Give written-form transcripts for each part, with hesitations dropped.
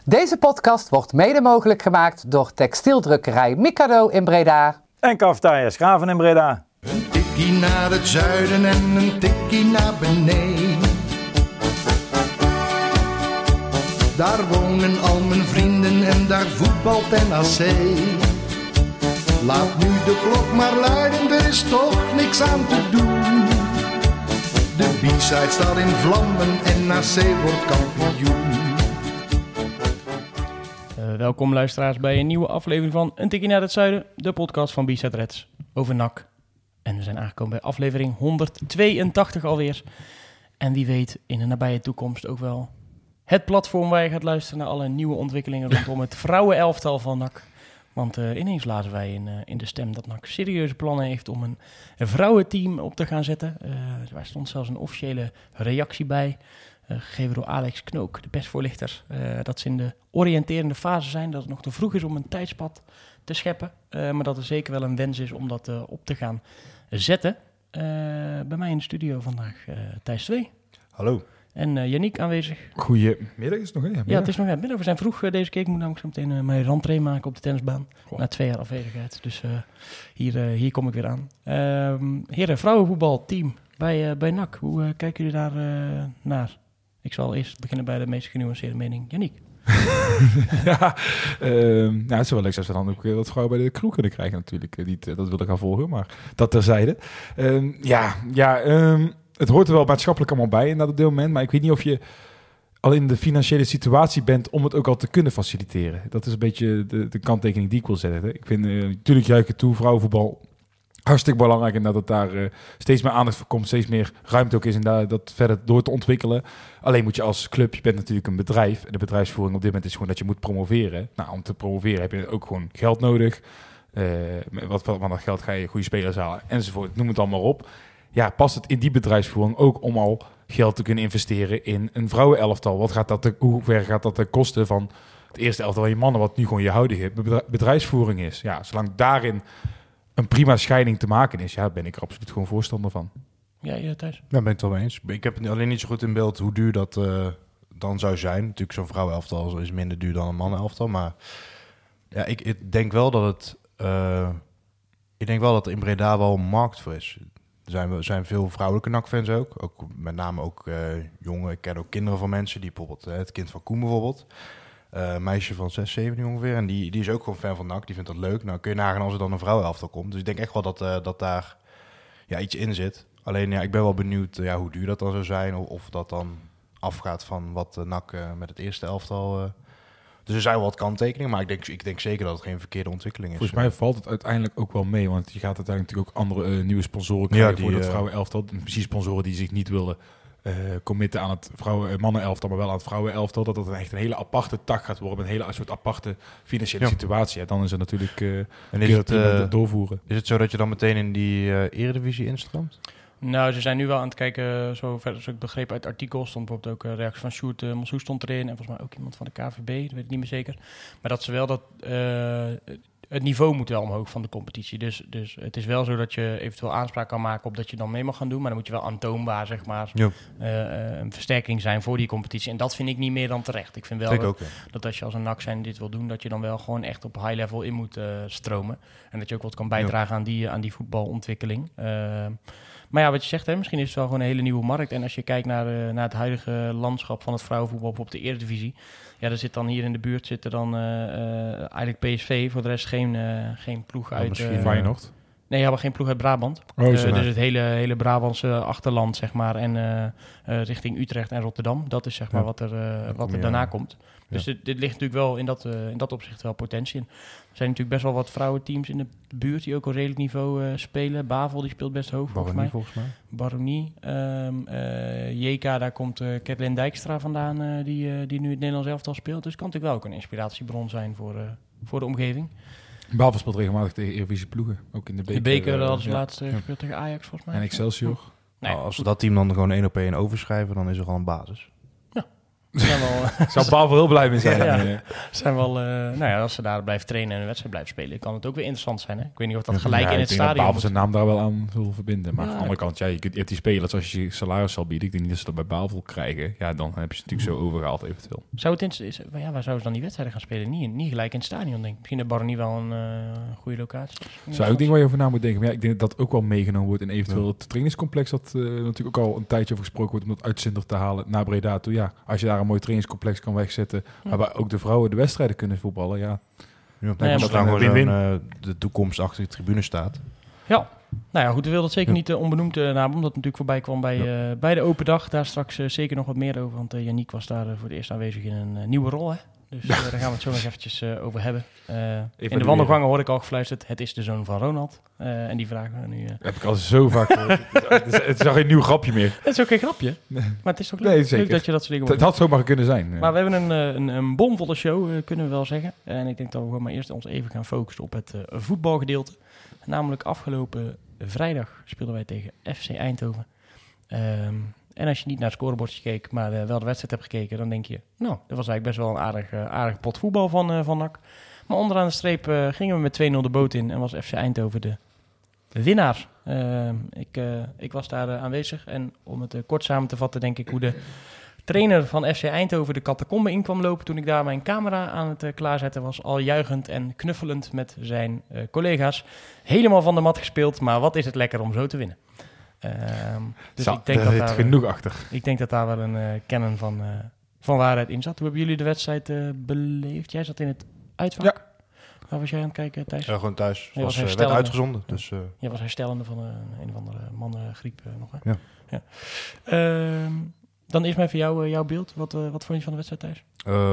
Deze podcast wordt mede mogelijk gemaakt door textieldrukkerij Mikado in Breda. En Cafetaria Schraven in Breda. Een tikkie naar het zuiden en een tikkie naar beneden. Daar wonen al mijn vrienden en daar voetbalt NAC. Laat nu de klok maar luiden, er is toch niks aan te doen. De B-side staat in vlammen en NAC wordt kampioen. Welkom luisteraars bij een nieuwe aflevering van Een Tikkie naar het Zuiden, de podcast van B-side Reds over NAC. En we zijn aangekomen bij aflevering 182 alweer. En wie weet in de nabije toekomst ook wel het platform waar je gaat luisteren naar alle nieuwe ontwikkelingen rondom het vrouwenelftal van NAC. Want ineens lazen wij in de stem dat NAC serieuze plannen heeft om een vrouwenteam op te gaan zetten. Daar stond zelfs een officiële reactie bij, gegeven door Alex Knook, de persvoorlichter. Dat ze in de oriënterende fase zijn, dat het nog te vroeg is om een tijdspad te scheppen. Maar dat er zeker wel een wens is om dat op te gaan zetten. Bij mij in de studio vandaag Thijs 2. Hallo. En Yannick aanwezig. Goedemiddag is het nog, hè? Ja, het is nog middag. We zijn vroeg deze keer. Ik moet namelijk zo meteen mijn rentree maken op de tennisbaan. Goh. Na 2 jaar afwezigheid. Dus hier kom ik weer aan. Heren, vrouwenvoetbalteam bij NAC. Hoe kijken jullie daar naar? Ik zal eerst beginnen bij de meest genuanceerde mening. Yannick. Het is wel leuk als we dan ook wat vrouwen bij de crew kunnen krijgen natuurlijk. Dat wil ik gaan volgen, maar dat terzijde. Het hoort er wel maatschappelijk allemaal bij in dat moment. Maar ik weet niet of je al in de financiële situatie bent om het ook al te kunnen faciliteren. Dat is een beetje de kanttekening die ik wil zetten. Hè. Ik vind natuurlijk juich het toe, vrouwenvoetbal hartstikke belangrijk. En dat het daar steeds meer aandacht voor komt, steeds meer ruimte ook is. En dat verder door te ontwikkelen. Alleen moet je als club, je bent natuurlijk een bedrijf. En de bedrijfsvoering op dit moment is gewoon dat je moet promoveren. Nou, om te promoveren heb je ook gewoon geld nodig. Van dat geld ga je goede spelers halen enzovoort. Noem het allemaal op. Ja, past het in die bedrijfsvoering ook om al geld te kunnen investeren in een vrouwenelftal? Hoe ver gaat dat ten koste van het eerste elftal van je mannen, wat nu gewoon je huidige bedrijfsvoering is? Ja, zolang daarin een prima scheiding te maken is, ja, ben ik er absoluut gewoon voorstander van. Ja, Thijs? Daar ben ik het wel mee eens. Ik heb het alleen niet zo goed in beeld hoe duur dat dan zou zijn. Natuurlijk, zo'n vrouwenelftal is minder duur dan een mannenelftal. Maar ja, ik denk wel dat het... ik denk wel dat er in Breda wel een markt voor is. Er zijn veel vrouwelijke NAC-fans ook. Met name ook jongen. Ik ken ook kinderen van mensen die bijvoorbeeld... het kind van Koen bijvoorbeeld. Meisje van 6, 7 ongeveer. En die is ook gewoon fan van NAC. Die vindt dat leuk. Nou kun je nagaan als er dan een vrouwenelftal komt. Dus ik denk echt wel dat daar iets in zit. Alleen ik ben wel benieuwd hoe duur dat dan zou zijn. Of dat dan afgaat van wat NAC met het eerste elftal... Dus er zijn wel wat kanttekeningen, maar ik denk zeker dat het geen verkeerde ontwikkeling is. Volgens mij valt het uiteindelijk ook wel mee, want je gaat uiteindelijk natuurlijk ook andere nieuwe sponsoren krijgen voor het vrouwenelftal. Precies sponsoren die zich niet willen committen aan het mannenelftal, maar wel aan het vrouwenelftal. Dat het echt een hele aparte tak gaat worden, met een hele soort aparte financiële situatie. Ja, dan is het natuurlijk en is het doorvoeren. Is het zo dat je dan meteen in die eredivisie instroomt? Nou, ze zijn nu wel aan het kijken, zover als ik begreep uit het artikel, stond bijvoorbeeld ook reactie van Sjoerd Monsou stond erin en volgens mij ook iemand van de KVB, dat weet ik niet meer zeker. Maar dat ze wel het niveau moet wel omhoog van de competitie. Dus het is wel zo dat je eventueel aanspraak kan maken op dat je dan mee mag gaan doen, maar dan moet je wel aantoonbaar, zeg maar, een versterking zijn voor die competitie. En dat vind ik niet meer dan terecht. Ik vind wel dat als je als een NAC zijn dit wil doen, dat je dan wel gewoon echt op high level in moet stromen. En dat je ook wat kan bijdragen aan die voetbalontwikkeling. Maar ja, wat je zegt, misschien is het wel gewoon een hele nieuwe markt. En als je kijkt naar het huidige landschap van het vrouwenvoetbal op de Eredivisie. Ja, er zit dan hier in de buurt eigenlijk PSV. Voor de rest geen ploeg uit... Misschien Feyenoord. Nee, maar geen ploeg uit Brabant. Dus het hele Brabantse achterland, zeg maar. En richting Utrecht en Rotterdam. Dat is zeg maar wat er daarna komt. Dus dit ligt natuurlijk wel in dat opzicht wel potentie in. Er zijn natuurlijk best wel wat vrouwenteams in de buurt die ook op redelijk niveau spelen. Bavel, die speelt best hoog volgens mij. Baronie. JK, daar komt Kathleen Dijkstra vandaan, die nu het Nederlands elftal speelt. Dus het kan natuurlijk wel ook een inspiratiebron zijn voor de omgeving. Bavel speelt regelmatig tegen Eredivisie ploegen. Ook in de beker. De beker hadden ze laatst gespeeld tegen Ajax volgens mij. En Excelsior. Nee, als we dat team dan gewoon 1-op-1 overschrijven, dan is er al een basis. Zou Pavel heel blij mee zijn. Zijn wel, als ze daar blijven trainen en een wedstrijd blijven spelen, kan het ook weer interessant zijn. Hè? Ik weet niet of dat gelijk in het stadion... Pavel zijn naam daar wel aan wil verbinden. Maar aan de andere kant, je hebt die spelers als je salaris zal bieden. Ik denk niet dat ze dat bij Pavel krijgen. Ja, dan heb je ze natuurlijk zo overgehaald eventueel. Waar zouden ze dan die wedstrijden gaan spelen? Niet gelijk in het stadion, denk ik. Misschien de Baronie wel een goede locatie. Zou ik denk waar je over na moet denken. Maar ja, ik denk dat dat ook wel meegenomen wordt in eventueel het trainingscomplex dat natuurlijk ook al een tijdje over gesproken wordt om dat uit Zindert te halen naar Breda toe. Ja, als je daar een mooi trainingscomplex kan wegzetten, waar ook de vrouwen de wedstrijden kunnen voetballen, ja. Dat dan gewoon de toekomst achter de tribune staat. Ja, nou ja, goed, we wilden het zeker niet onbenoemd namen, omdat het natuurlijk voorbij kwam bij de open dag. Daar straks zeker nog wat meer over, want Yannick was daar voor het eerst aanwezig in een nieuwe rol, hè. Dus daar gaan we het zo nog eventjes over hebben. In de wandelgangen hoorde ik al gefluisterd, het is de zoon van Ronald. En die vragen we nu... Heb ik al zo vaak gehoord. Het is al geen nieuw grapje meer. Het is ook geen grapje, maar het is toch leuk, leuk dat je dat soort dingen hoort. Het had zomaar kunnen zijn. Maar we hebben een bomvolle show, kunnen we wel zeggen. En ik denk dat we gewoon maar eerst ons even gaan focussen op het voetbalgedeelte. Namelijk afgelopen vrijdag speelden wij tegen FC Eindhoven. En als je niet naar het scorebordje keek, maar wel de wedstrijd hebt gekeken, dan denk je, nou, dat was eigenlijk best wel een aardig pot voetbal van NAC. Maar onderaan de streep gingen we met 2-0 de boot in en was FC Eindhoven de winnaar. Ik was daar aanwezig en om het kort samen te vatten, denk ik hoe de trainer van FC Eindhoven de catacombe in kwam lopen toen ik daar mijn camera aan het klaarzetten was. Al juichend en knuffelend met zijn collega's. Helemaal van de mat gespeeld, maar wat is het lekker om zo te winnen. Dus ik denk dat daar genoeg achter. Ik denk dat daar wel een kennen van waarheid in zat. Hoe hebben jullie de wedstrijd beleefd? Jij zat in het uitvak. Ja. Waar was jij aan het kijken, Thijs? Ja, gewoon thuis. Werd uitgezonden. Dus, jij was herstellende van een of andere mannengriep nog, hè? Ja. Dan eerst maar even jouw beeld. Wat vond je van de wedstrijd, Thijs?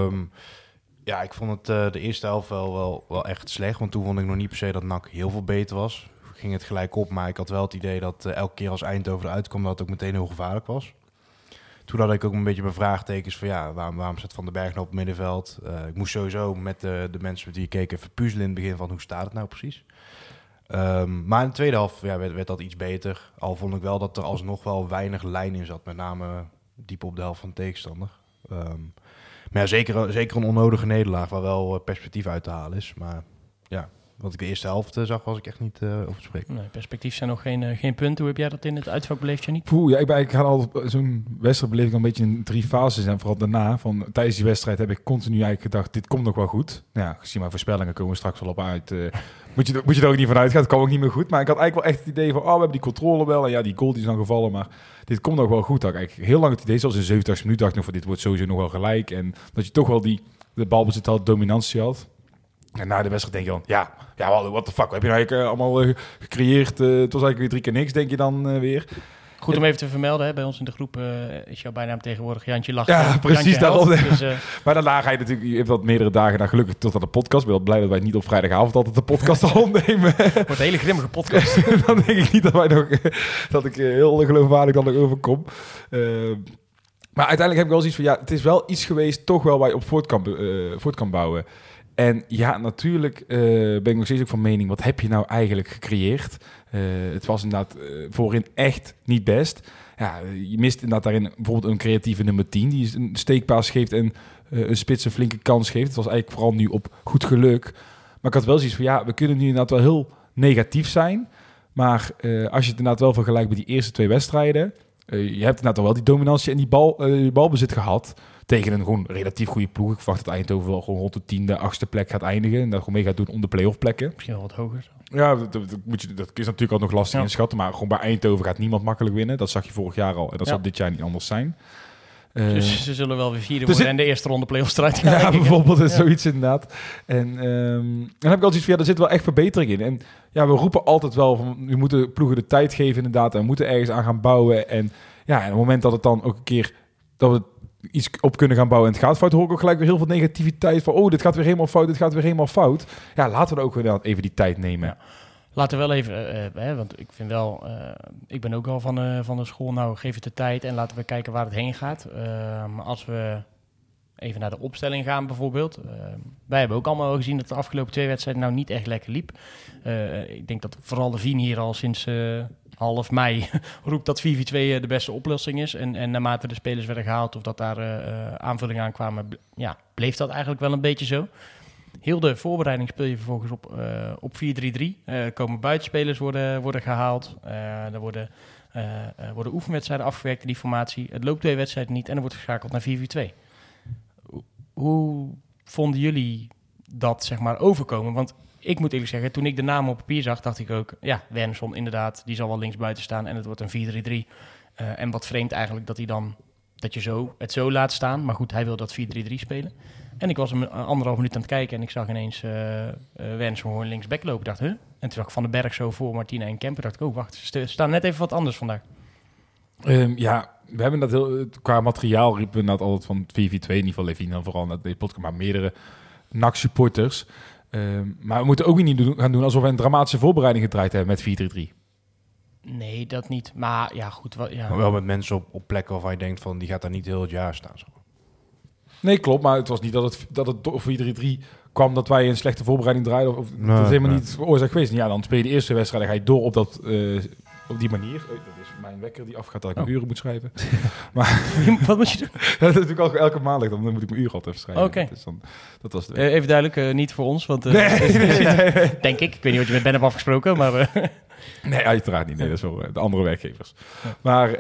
Ja, ik vond het de eerste helft wel echt slecht. Want toen vond ik nog niet per se dat NAC heel veel beter was. Ging het gelijk op, maar ik had wel het idee dat elke keer als Eindhoven eruit kwam, dat het ook meteen heel gevaarlijk was. Toen had ik ook een beetje mijn vraagtekens van ja, waarom staat Van den Berg nou op het middenveld? Ik moest sowieso met de mensen met wie ik keek even puzzelen in het begin van hoe staat het nou precies. Maar in de tweede helft werd dat iets beter. Al vond ik wel dat er alsnog wel weinig lijn in zat, met name diep op de helft van de tegenstander. Maar ja, zeker een onnodige nederlaag waar wel perspectief uit te halen is. Maar ja, wat ik de eerste helft zag, was ik echt niet over te spreken. Nee, perspectief zijn nog geen punten. Hoe heb jij dat in het uitvak beleefd, Yannick? Ik had al zo'n wedstrijd beleefd ik een beetje in 3 fases. En vooral daarna, tijdens die wedstrijd heb ik continu eigenlijk gedacht, dit komt nog wel goed. Ja, gezien mijn voorspellingen komen we straks wel op uit. Moet je er ook niet van uitgaan, het kwam ook niet meer goed. Maar ik had eigenlijk wel echt het idee van, we hebben die controle wel. En ja, die goal die is dan gevallen, maar dit komt nog wel goed. Ik eigenlijk heel lang het idee, zoals in 70 minuten dacht ik nog van, dit wordt sowieso nog wel gelijk. En dat je toch wel de balbezit had, dominantie had. En na de wedstrijd denk je dan, ja, what the fuck, wat heb je nou eigenlijk allemaal gecreëerd? Het was eigenlijk weer 3 keer niks, denk je dan weer. Goed om even te vermelden, hè, bij ons in de groep is jouw bijnaam tegenwoordig Jantje Lacht. Ja, precies, daarom. Dus, maar daarna ga je natuurlijk, je hebt dat meerdere dagen, nou gelukkig tot aan de podcast. Ik ben wel blij dat wij niet op vrijdagavond altijd de podcast al opnemen. Wordt een hele grimmige podcast. Dan denk ik niet dat ik heel geloofwaardig dan nog overkom. Maar uiteindelijk heb ik wel zoiets van, het is wel iets geweest, toch wel waar je op voort kan bouwen. En ja, natuurlijk ben ik nog steeds ook van mening, wat heb je nou eigenlijk gecreëerd? Het was inderdaad voorin echt niet best. Ja, je mist inderdaad daarin bijvoorbeeld een creatieve nummer 10... die een steekpaas geeft en een spits een flinke kans geeft. Het was eigenlijk vooral nu op goed geluk. Maar ik had wel zoiets van, we kunnen nu inderdaad wel heel negatief zijn. Maar als je het inderdaad wel vergelijkt met die eerste 2 wedstrijden... je hebt inderdaad wel die dominantie en die balbezit gehad... tegen een gewoon relatief goede ploeg. Ik verwacht dat Eindhoven wel gewoon rond de 10e, 8e plek gaat eindigen. En dat gewoon mee gaat doen om de play-off plekken. Misschien wel wat hoger. Ja, dat is natuurlijk al nog lastig inschatten. Maar gewoon bij Eindhoven gaat niemand makkelijk winnen. Dat zag je vorig jaar al. En dat zal dit jaar niet anders zijn. Dus ze zullen wel weer 4e worden en de eerste ronde play-off strijd gaan. Ja, bijvoorbeeld is zoiets inderdaad. En dan heb ik altijd iets van, er zit wel echt verbetering in. En ja, we roepen altijd wel van, we moeten ploegen de tijd geven inderdaad. En we moeten ergens aan gaan bouwen. En ja, en op het moment dat het dan ook een keer, dat we iets op kunnen gaan bouwen en het gaat fout, hoor ik ook gelijk weer heel veel negativiteit van, dit gaat weer helemaal fout, dit gaat weer helemaal fout. Ja, laten we dan ook even die tijd nemen. Ja. Laten we wel even, want ik vind wel, ik ben ook wel van de school, nou geef het de tijd en laten we kijken waar het heen gaat. Maar als we even naar de opstelling gaan bijvoorbeeld. Wij hebben ook allemaal gezien dat de afgelopen 2 wedstrijden nou niet echt lekker liep. Ik denk dat vooral de Vien hier al sinds half mei roept dat 4-4-2 de beste oplossing is. En naarmate de spelers werden gehaald of dat daar aanvullingen aan kwamen, bleef dat eigenlijk wel een beetje zo. Heel de voorbereiding speel je vervolgens op 4-3-3. Komen buitenspelers worden gehaald. Er worden oefenwedstrijden afgewerkt in die formatie. Het loopt 2 wedstrijden niet en er wordt geschakeld naar 4-4-2. Hoe vonden jullie dat zeg maar overkomen? Want ik moet eerlijk zeggen, toen ik de namen op papier zag, dacht ik ook, ja, Wernersson inderdaad, die zal wel linksbuiten staan en het wordt een 4-3-3. En wat vreemd eigenlijk dat je het zo laat staan. Maar goed, hij wil dat 4-3-3 spelen. En ik was hem 1,5 minuut aan het kijken en ik zag ineens Wernersson gewoon linksback lopen. Ik dacht, En toen zag ik Van den Berg zo voor Martina en Kemper. Dacht ik, wacht, ze staan net even wat anders vandaag. We hebben dat qua materiaal riepen we dat altijd van 4-4-2, in ieder geval Levine vooral naar de podcast, maar meerdere NAC-supporters. Maar we moeten ook niet gaan doen alsof we een dramatische voorbereiding gedraaid hebben met 4-3-3. Nee, dat niet. Maar ja, goed. Maar wel met mensen op plekken waarvan je denkt van, die gaat daar niet heel het jaar staan. Zo. Nee, klopt. Maar het was niet dat het door 4-3-3 kwam dat wij een slechte voorbereiding draaiden. Dat is helemaal niet oorzaak geweest. Ja, dan speel je de eerste wedstrijd, dan ga je door op die manier. Dat is mijn wekker die afgaat dat ik mijn uren moet schrijven. Maar wat moet je doen? dat doe ik al elke maandag. Dan moet ik mijn uren altijd even schrijven. Oké. Dus dat was de even duidelijk, niet voor ons. Want, nee. Denk ik. Ik weet niet wat je met Ben hebt afgesproken, maar... Nee, uiteraard niet. Nee, dat is wel de andere werkgevers. Ja. Maar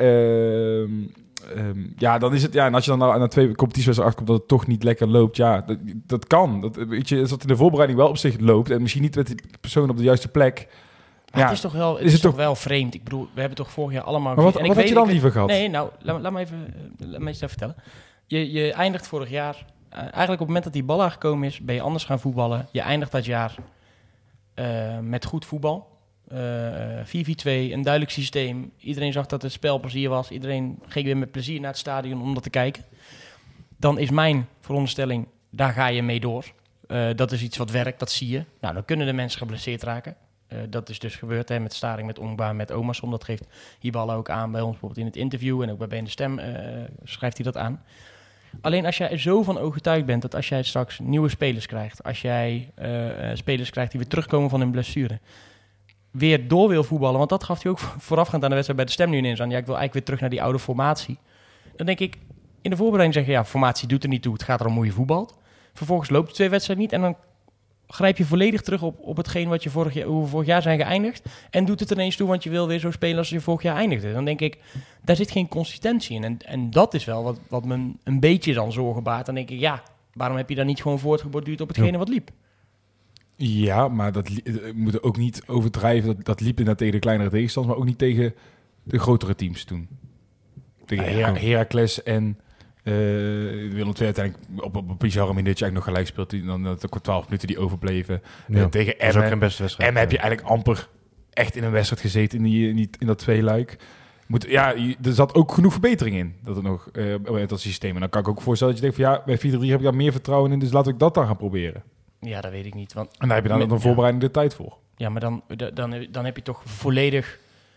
dan is het... Ja, en als je dan naar 2 competitiewedstrijden achterkomt dat het toch niet lekker loopt, ja, dat kan. Weet je, als dat in de voorbereiding wel op zich loopt en misschien niet met die persoon op de juiste plek. Maar het is toch wel vreemd. Ik bedoel, we hebben toch vorig jaar allemaal... Maar wat had je dan liever gehad? Nee, nou, laat me eens even vertellen. Je eindigt vorig jaar... eigenlijk op het moment dat die bal aangekomen is, ben je anders gaan voetballen. Je eindigt dat jaar met goed voetbal. 4-4-2, een duidelijk systeem. Iedereen zag dat het spel plezier was. Iedereen ging weer met plezier naar het stadion om dat te kijken. Dan is mijn veronderstelling, daar ga je mee door. Dat is iets wat werkt, dat zie je. Nou, dan kunnen de mensen geblesseerd raken. Dat is dus gebeurd met Staring, met Ongba, met Omerson. Dat geeft Hiballa ook aan bij ons bijvoorbeeld in het interview. En ook bij BN De Stem schrijft hij dat aan. Alleen als jij er zo van overtuigd bent dat als jij straks nieuwe spelers krijgt, als jij spelers krijgt die weer terugkomen van hun blessure, weer door wil voetballen, want dat gaf hij ook voorafgaand aan de wedstrijd bij De Stem nu ineens aan. Ja, ik wil eigenlijk weer terug naar die oude formatie. Dan denk ik, in de voorbereiding zeg je, ja, formatie doet er niet toe, het gaat erom hoe je voetbalt. Vervolgens loopt de 2 wedstrijden niet en dan grijp je volledig terug op hetgeen wat je vorig jaar zijn geëindigd en doet het ineens toe, want je wil weer zo spelen als je vorig jaar eindigde. Dan denk ik, daar zit geen consistentie in. En dat is wel wat me een beetje dan zorgen baart. Dan denk ik, ja, waarom heb je dan niet gewoon voortgeborduurd op hetgene wat liep? Ja, maar we moeten ook niet overdrijven. Dat liep inderdaad tegen de kleinere tegenstanders, maar ook niet tegen de grotere teams toen. Tegen Heracles en Willem II uiteindelijk op een bizarre minuutje eigenlijk nog gelijk speelt. Dan 12 minuten die overbleven. Ja, tegen Emmen. Ook een beste wedstrijd. Emmen heb je eigenlijk amper echt in een wedstrijd gezeten in dat tweeluik. Er zat ook genoeg verbetering in. Dat systeem. En dan kan ik ook voorstellen dat je denkt van ja, bij 4-3 heb ik daar meer vertrouwen in. Dus laat ik dat dan gaan proberen. Ja, dat weet ik niet. Want en daar heb je dan een voorbereiding de tijd voor. Ja, maar dan heb je toch volledig...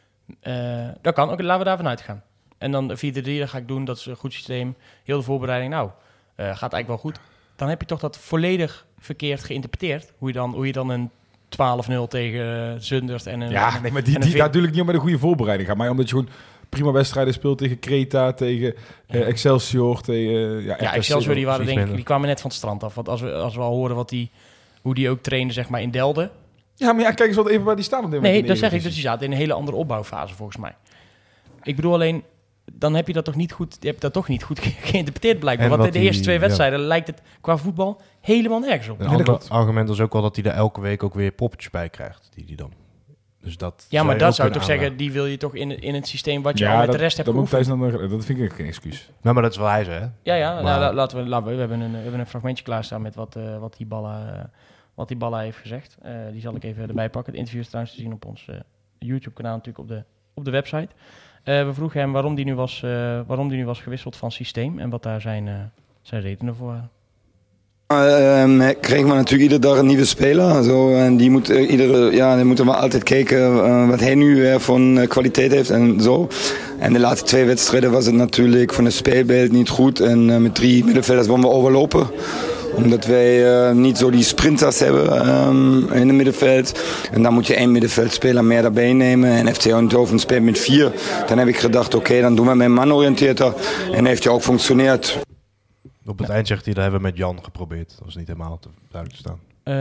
dat kan ook, laten we daarvan uitgaan. En dan 4-3, dat ga ik doen, dat is een goed systeem. Heel de voorbereiding, gaat eigenlijk wel goed. Dan heb je toch dat volledig verkeerd geïnterpreteerd. Hoe je dan een 12-0 tegen Zundert en een... Ja, nee, maar daar doe ik niet om met een goede voorbereiding gaan. Maar omdat je gewoon prima wedstrijden speelt tegen Creta, tegen Excelsior, tegen... Excelsior, die kwamen net van het strand af. Want als we al horen hoe die ook trainen, zeg maar, in Delden. Ja, maar kijk eens wat even waar die staan op dit moment. Nee, dat zeg ik. Dus die zaten in een hele andere opbouwfase, volgens mij. Ik bedoel alleen, dan heb je dat toch niet goed, geïnterpreteerd blijkbaar. Want in de eerste 2 wedstrijden lijkt het qua voetbal helemaal nergens op. Een ander argument is ook wel dat hij er elke week ook weer poppetjes bij krijgt, die dan... Dus dat maar dat zou ik toch zeggen, die wil je toch in het systeem wat je al met de rest hebt geoefend. Dat vind ik geen excuus. Nou, maar dat is wel hij, hè? Ja, maar... laten we hebben een fragmentje klaarstaan met wat die Balla heeft gezegd. Die zal ik even erbij pakken. Het interview is trouwens te zien op ons YouTube-kanaal, natuurlijk op de website. We vroegen hem waarom die nu was gewisseld van systeem en wat daar zijn redenen voor waren. Krijgen we natuurlijk iedere dag een nieuwe speler. En die moeten we altijd kijken wat hij nu van kwaliteit heeft en zo. En de laatste 2 wedstrijden was het natuurlijk van het speelbeeld niet goed. En met 3 middenvelders willen we overlopen. Omdat wij niet zo die sprinters hebben in het middenveld. En dan moet je 1 middenveldspeler meer daarbij nemen. En FC Eindhoven speelt met 4. Dan heb ik gedacht, oké, dan doen we met man-oriënteerder. En heeft ook functioneerd. Op het eind zegt hij, dat hebben we met Jan geprobeerd. Dat was niet helemaal te duidelijk te staan.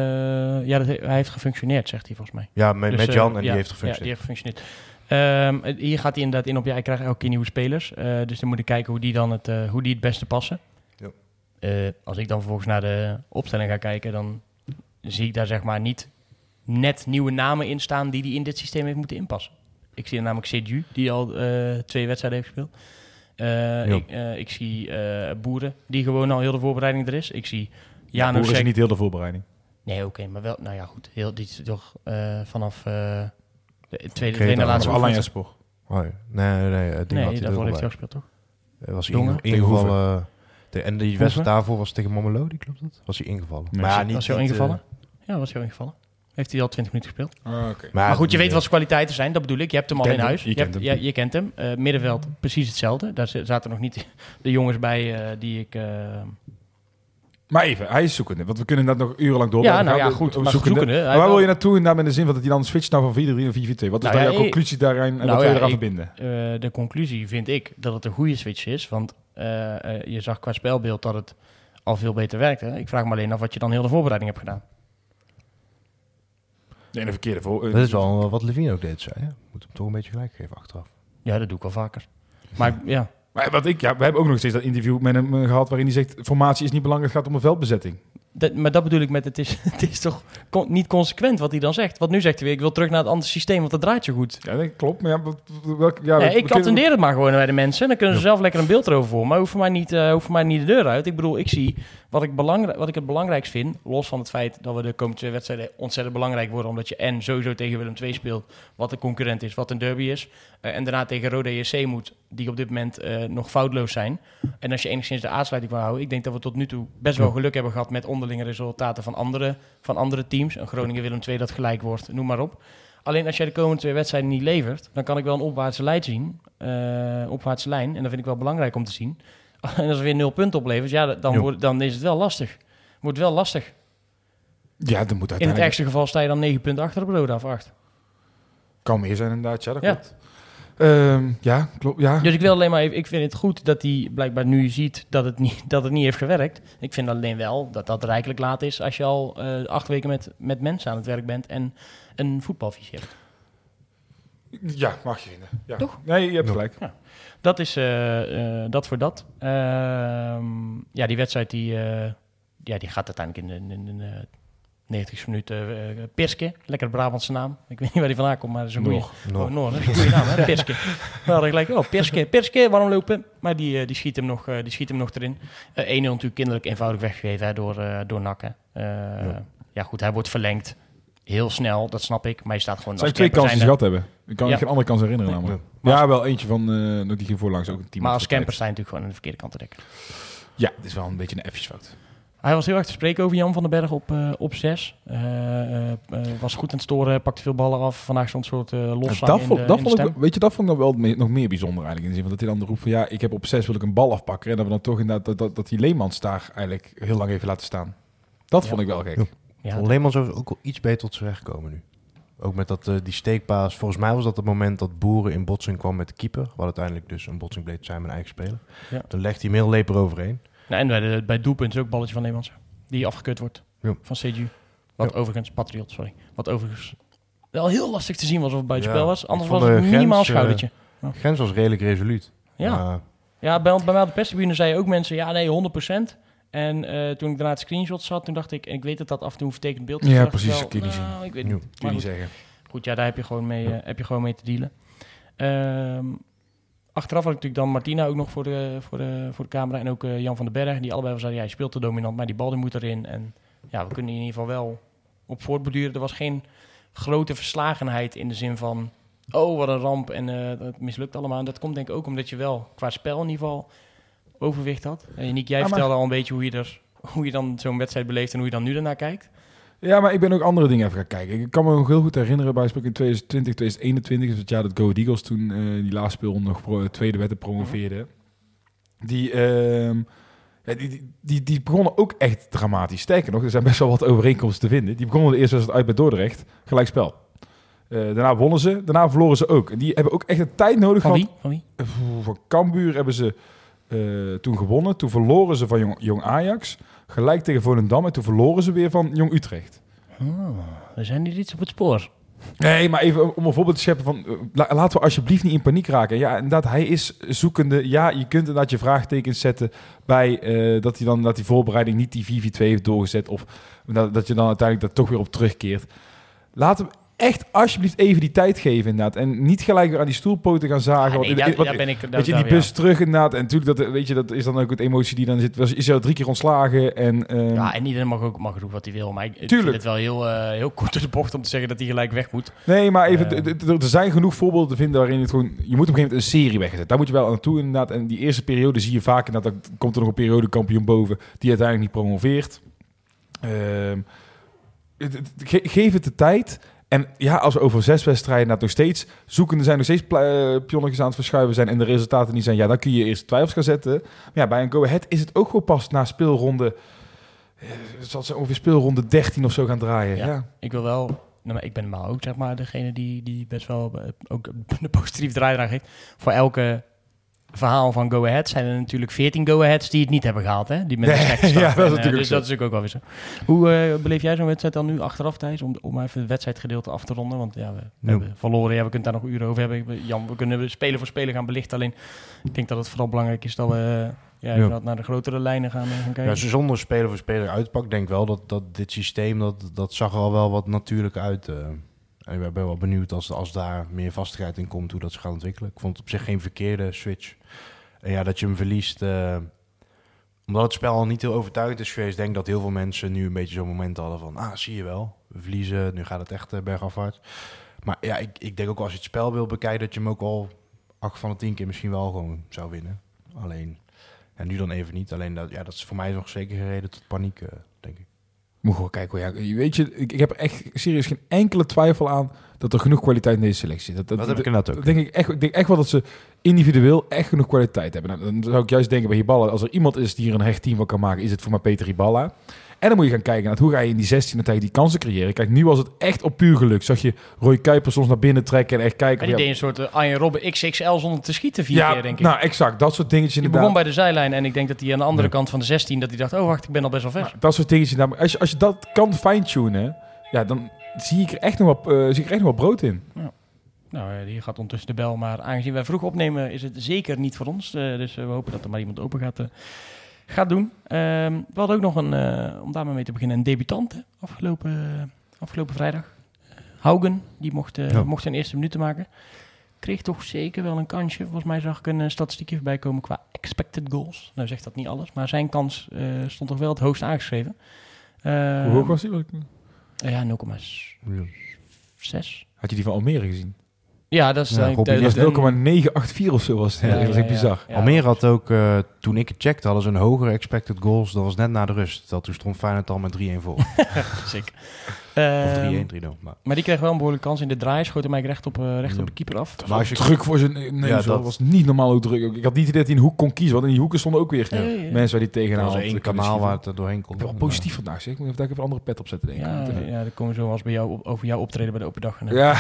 Hij heeft gefunctioneerd, zegt hij volgens mij. Ja, met Jan en die heeft gefunctioneerd. Ja, die heeft gefunctioneerd. Hier gaat hij inderdaad in op, hij krijgt elke keer nieuwe spelers. Dus dan moet ik kijken hoe die het beste passen. Ja. Als ik dan vervolgens naar de opstelling ga kijken, dan zie ik daar zeg maar niet net nieuwe namen in staan die hij in dit systeem heeft moeten inpassen. Ik zie namelijk Seju, die al 2 wedstrijden heeft gespeeld. Ik zie Boeren, die gewoon al heel de voorbereiding er is. Ik zie Janusek. Boeren is niet heel de voorbereiding. Nee, oké, maar wel, nou ja, goed. Die is toch vanaf de tweede laatste. Alanya Sport. Nee, daarvoor heeft hij ook gespeeld, toch? Was hij ingevallen? En die wedstrijd daarvoor was tegen Mamelodi, klopt dat? Was hij ingevallen? Nee, maar was hij al ingevallen? Ja, was hij al ingevallen. Heeft hij al 20 minuten gespeeld. Okay. Maar goed, je weet wat zijn kwaliteiten zijn, dat bedoel ik. Je hebt hem al in huis. Je kent hem. Middenveld, precies hetzelfde. Daar zaten nog niet de jongens bij die ik... Maar even, hij is zoekende. Want we kunnen dat nog urenlang door. Ja, nou ja, goed. Maar zoekende. Maar waar wil je naartoe inderdaad met de zin van dat hij dan switcht nou van 4-3 naar 4-4-2? Wat is daar jouw conclusie daarin en wat wil je eraan verbinden? De conclusie vind ik dat het een goede switch is. Want je zag qua spelbeeld dat het al veel beter werkte. Ik vraag me alleen af wat je dan heel de voorbereiding hebt gedaan. Nee, de verkeerde voor. Dat is wel wat Levine ook deed, zei. Moet hem toch een beetje gelijk geven achteraf. Ja, dat doe ik wel vaker. Maar ja. Maar we hebben ook nog steeds dat interview met hem gehad waarin hij zegt, formatie is niet belangrijk, het gaat om een veldbezetting. Maar dat bedoel ik met, het is toch niet consequent wat hij dan zegt. Want nu zegt hij weer, ik wil terug naar het andere systeem, want dat draait zo goed. Ja, dat klopt. Maar ik attendeer het maar gewoon bij de mensen. Dan kunnen ze zelf lekker een beeld erover voor. Maar hoeft voor mij niet de deur uit. Ik bedoel, ik zie wat ik het belangrijkst vind, los van het feit dat we de komende 2 wedstrijden ontzettend belangrijk worden, omdat je sowieso tegen Willem II speelt, wat een concurrent is, wat een derby is. En daarna tegen Roda JC moet, die op dit moment nog foutloos zijn. En als je enigszins de aansluiting wil houden, ik denk dat we tot nu toe best wel geluk hebben gehad met onderlinge resultaten van andere teams. Een Groningen Willem II dat gelijk wordt, noem maar op. Alleen als jij de komende 2 wedstrijden niet levert, dan kan ik wel een opwaartse lijn zien. Opwaartse lijn. En dat vind ik wel belangrijk om te zien. En als er weer 0 punten oplevert, ja, dan is het wel lastig. Wordt wel lastig. Ja, dat moet uiteindelijk. In het ergste geval sta je dan 9 punten achter de Roda of 8. Kan meer zijn inderdaad, ja, dat klopt. Ja, klopt. Ja. Dus ik wil alleen maar even, ik vind het goed dat hij blijkbaar nu ziet dat het niet heeft gewerkt. Ik vind alleen wel dat dat rijkelijk laat is als je al 8 weken met mensen aan het werk bent en een voetbalvisie hebt. Ja, mag je vinden. Ja. Toch? Nee, je hebt gelijk. Ja. Dat is dat voor dat. Die wedstrijd die gaat uiteindelijk in de 90 minuten. Pirske, lekker Brabantse naam. Ik weet niet waar die vandaan komt, maar dat is een goede Noor. Dat is een goede naam, hè? Pirske. We hadden gelijk, Pirske, waarom lopen? Maar die schiet hem nog erin. 1-0 natuurlijk kinderlijk eenvoudig weggegeven, hè, door Nakken. Ja goed, hij wordt verlengd. Heel snel, dat snap ik. Maar je staat gewoon... Zou je 2 kansen gehad hebben? Ik kan me geen andere kans herinneren namelijk. Ja, wel eentje van die ging voorlangs ook een team. Maar als camper sta je natuurlijk gewoon aan de verkeerde kant te dekken. Ja, het is wel een beetje een F'jesfout. Hij was heel erg te spreken over Jan van den Berg op 6. Was goed aan het storen, pakte veel ballen af. Vandaag stond een soort losvang dat vond ik wel nog meer bijzonder eigenlijk. In de zin van dat hij dan roept van ja, ik heb op 6 wil ik een bal afpakken. En dat we dan toch inderdaad dat die Leemans daar eigenlijk heel lang even laten staan. Dat vond ik wel gek. Ja, Leemans is ook wel iets beter tot zijn recht gekomen nu. Ook met die steekpaas. Volgens mij was dat het moment dat Boeren in botsing kwam met de keeper. Wat uiteindelijk dus een botsing bleek te zijn met een eigen speler. Ja. Dan legt hij hem heel leper overheen. Nou, en bij het doelpunt is ook een balletje van Leemans. Die afgekeurd wordt van Seju. Wat overigens wel heel lastig te zien was of het buitenspel was. Anders was het minimaal schoudertje. Grens was redelijk resoluut. Ja, bij mij op de perstribune zei ook mensen, 100%. En toen ik daarna het screenshot zat, toen dacht ik, en ik weet dat dat af en toe een vertekend beeld is. Ja, precies, dat kun je niet zien. Ik weet niet. Kun je niet zeggen. Goed, ja, daar heb je gewoon mee te dealen. Achteraf had ik natuurlijk dan Martina ook nog voor de camera en ook Jan van den Berg, die allebei zeiden, je speelt te dominant, maar die bal die moet erin. En ja, we kunnen in ieder geval wel op voortborduren. Er was geen grote verslagenheid in de zin van, oh, wat een ramp en het mislukt allemaal. En dat komt denk ik ook omdat je wel qua spel in ieder geval overwicht had. En Nick, jij vertelde al een beetje hoe je dan zo'n wedstrijd beleeft en hoe je dan nu ernaar kijkt. Ja, maar ik ben ook andere dingen even gaan kijken. Ik kan me nog heel goed herinneren, bij in 2020, 2021, dus het jaar dat Go Ahead Eagles toen die laatste speelronde nog tweede werd promoveerde. Die Ja, die begonnen ook echt dramatisch. Sterker nog, er zijn best wel wat overeenkomsten te vinden. Die begonnen de eerste wedstrijd uit bij Dordrecht. Gelijkspel. Daarna wonnen ze. Daarna verloren ze ook. En die hebben ook echt een tijd nodig gehad. Van wie? Van Cambuur hebben ze toen gewonnen. Toen verloren ze van Jong Ajax. Gelijk tegen Volendam. En toen verloren ze weer van Jong Utrecht. Oh, we zijn hier iets op het spoor. Nee, maar even om een voorbeeld te scheppen van... laten we alsjeblieft niet in paniek raken. Ja, inderdaad, hij is zoekende. Ja, je kunt inderdaad je vraagtekens zetten bij dat die voorbereiding niet die 4-4-2 heeft doorgezet. Of dat je dan uiteindelijk daar toch weer op terugkeert. Laten we echt alsjeblieft even die tijd geven inderdaad. En niet gelijk weer aan die stoelpoten gaan zagen. Daar ben ik... Weet je, die bus terug inderdaad. En natuurlijk, dat is dan ook het emotie die dan zit. Is al 3 keer ontslagen. En iedereen mag doen wat hij wil. Maar ik vind het wel heel kort door de bocht om te zeggen dat hij gelijk weg moet. Nee, maar even, er zijn genoeg voorbeelden te vinden waarin het gewoon... Je moet op een gegeven moment een serie wegzetten. Daar moet je wel aan naartoe inderdaad. En die eerste periode zie je vaak inderdaad, dan komt er nog een periodekampioen boven die uiteindelijk niet promoveert. Geef het de tijd... En ja, als we over 6 wedstrijden nog steeds zoekende zijn, nog steeds pionnetjes aan het verschuiven zijn en de resultaten niet zijn, ja, dan kun je eerst twijfels gaan zetten. Maar ja, bij een go-ahead is het ook gewoon pas na speelronde, zal ze ongeveer speelronde 13 of zo gaan draaien. Ja. Ik wil wel, ik ben normaal ook zeg maar degene die best wel ook een positief draai eraan geeft. Voor elke verhaal van Go Ahead zijn er natuurlijk 14 Go Aheads die het niet hebben gehaald, hè? Die met een slechte start. Ja, dat is natuurlijk dus dat is ook wel weer zo. Hoe beleef jij zo'n wedstrijd dan nu achteraf, Thijs? Om even het wedstrijdgedeelte af te ronden. Want ja, we hebben verloren. Ja, we kunnen daar nog uren over hebben. Jan, we kunnen speler voor speler gaan belichten. Alleen, ik denk dat het vooral belangrijk is dat we naar de grotere lijnen gaan kijken. Ja, zonder speler voor speler uitpakt, denk ik wel dat dit systeem, dat zag er al wel wat natuurlijk uit. En ik ben wel benieuwd als daar meer vastigheid in komt, hoe dat ze gaan ontwikkelen. Ik vond het op zich geen verkeerde switch. En ja, dat je hem verliest, omdat het spel al niet heel overtuigend is geweest, denk ik dat heel veel mensen nu een beetje zo'n moment hadden van, zie je wel, we verliezen, nu gaat het echt bergafwaarts. Maar ja, ik denk ook als je het spel wil bekijken, dat je hem ook al 8 van de 10 keer misschien wel gewoon zou winnen. Alleen, en nu dan even niet. Alleen, dat is voor mij nog zeker geen reden tot paniek, denk ik. Moet gewoon kijken. Ja, weet je, ik heb er echt serieus geen enkele twijfel aan dat er genoeg kwaliteit in deze selectie zit. Dat heb ik inderdaad ook. Ik denk echt wel dat ze individueel echt genoeg kwaliteit hebben. Nou, dan zou ik juist denken bij Hiballa, als er iemand is die er een hecht team van kan maken, is het voor mij Peter Hiballa. En dan moet je gaan kijken naar hoe ga je in die 16 tijd die kansen creëren. Kijk, nu was het echt op puur geluk. Zag je Roy Kuiper soms naar binnen trekken en echt kijken. En die deed een soort Arjen Robben XXL zonder te schieten 4 keer, denk ik. Nou, exact. Dat soort dingetjes inderdaad. Die begon bij de zijlijn en ik denk dat hij aan de andere kant van de 16, dat hij dacht, oh wacht, ik ben al best wel ver. Nou, dat soort dingetjes. Als je dat kan fine-tunen, ja, dan zie ik er echt nog wel brood in. Ja. Nou, hier gaat ondertussen de bel. Maar aangezien wij vroeg opnemen, is het zeker niet voor ons. Dus we hopen dat er maar iemand open gaat doen. We hadden ook nog om daar maar mee te beginnen, een debutant afgelopen vrijdag. Haugen, die mocht zijn eerste minuten maken. Kreeg toch zeker wel een kansje. Volgens mij zag ik een statistiekje voorbij komen qua expected goals. Nou zegt dat niet alles, maar zijn kans stond toch wel het hoogst aangeschreven. Hoe hoog was hij? Ja, 0,6. Had je die van Almere gezien? Ja, dat is 0,984 of zo was het. Ja, dat is bizar. Ja, Almere had ook, toen ik het checkte, hadden ze een hogere expected goals. Dat was net na de rust. Terwijl toen stond Feyenoord al met 3-1 voor. Sick. Of 3-1, 3-0. Maar die kreeg wel een behoorlijke kans in de draai. Schoot hem eigenlijk recht op de keeper af. Maar als je druk voor zijn... Nee, dat was niet normaal hoe druk. Ik had niet idee dat hij een hoek kon kiezen. Want in die hoeken stonden ook weer mensen waar die tegenaan. Dat was 1 kanaal waar het doorheen kon. Wel positief vandaag, zeg. Ik moet even een andere pet opzetten, denk ik. Ja, dat komen we zo als bij jou over jouw optreden bij de open dag. Ja.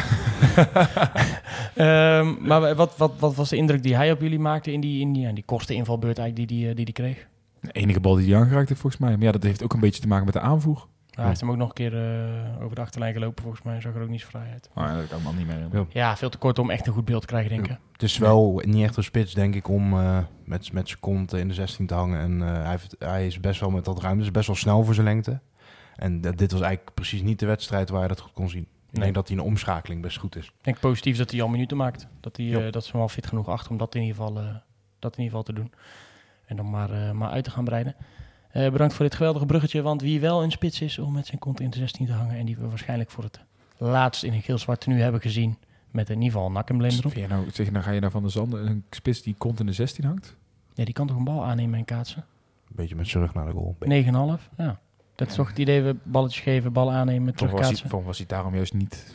Maar wat was de indruk die hij op jullie maakte in die kortste invalbeurt eigenlijk die kreeg? De enige bal die hij aangeraakt heeft, volgens mij. Maar ja, dat heeft ook een beetje te maken met de aanvoer. Hij heeft hem ook nog een keer over de achterlijn gelopen, volgens mij. Zag er ook niet zo vrij uit. Oh, ja, dat kan ik me niet meer herinneren. Ja, veel te kort om echt een goed beeld te krijgen, denk ik. Het is wel niet echt een spits, denk ik, om met zijn kont in de 16 te hangen. En hij is best wel met dat ruimte, is best wel snel voor zijn lengte. En dit was eigenlijk precies niet de wedstrijd waar je dat goed kon zien. Ik denk dat hij een omschakeling best goed is. Ik denk positief dat hij al minuten maakt. Dat ze hem al fit genoeg achter om dat in ieder geval te doen. En dan maar uit te gaan breiden. Bedankt voor dit geweldige bruggetje. Want wie wel een spits is om met zijn kont in de 16 te hangen. En die we waarschijnlijk voor het laatst in een geel-zwart tenue hebben gezien. Met in ieder geval een nak-embleem erop. Nou ga je nou van de Zanden een spits die kont in de 16 hangt? Ja, die kan toch een bal aannemen en kaatsen? Een beetje met zijn rug naar de goal. 9,5, ja. Dat is toch het idee, we balletjes geven, bal aannemen, terugkaatsen. Was hij daarom juist niet...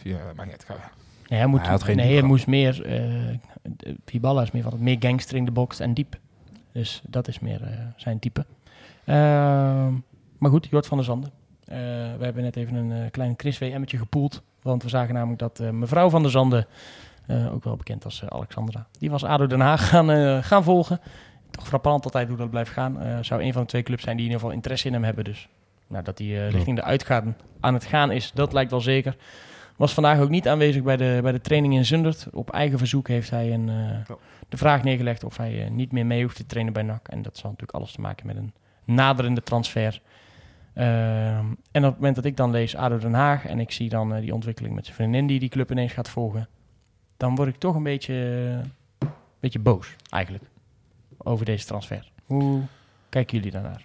Hij moest meer... Hiballa is meer van het meer gangster in de box en diep. Dus dat is meer zijn type. Maar goed, Jort van der Zanden. We hebben net even een klein Chris WM'tje gepoeld. Want we zagen namelijk dat mevrouw van der Zanden, ook wel bekend als Alexandra, die was ADO Den Haag gaan volgen. Toch frappant altijd hoe dat blijft gaan. Zou een van de 2 clubs zijn die in ieder geval interesse in hem hebben. Dus dat hij richting de uitgaan aan het gaan is, dat lijkt wel zeker. Was vandaag ook niet aanwezig bij de training in Zundert. Op eigen verzoek heeft hij de vraag neergelegd of hij niet meer mee hoeft te trainen bij NAC. En dat zal natuurlijk alles te maken met een naderende transfer. En op het moment dat ik dan lees ADO Den Haag en ik zie dan die ontwikkeling met zijn vriendin die club ineens gaat volgen, dan word ik toch een beetje boos eigenlijk over deze transfer. Hoe kijken jullie daarnaar?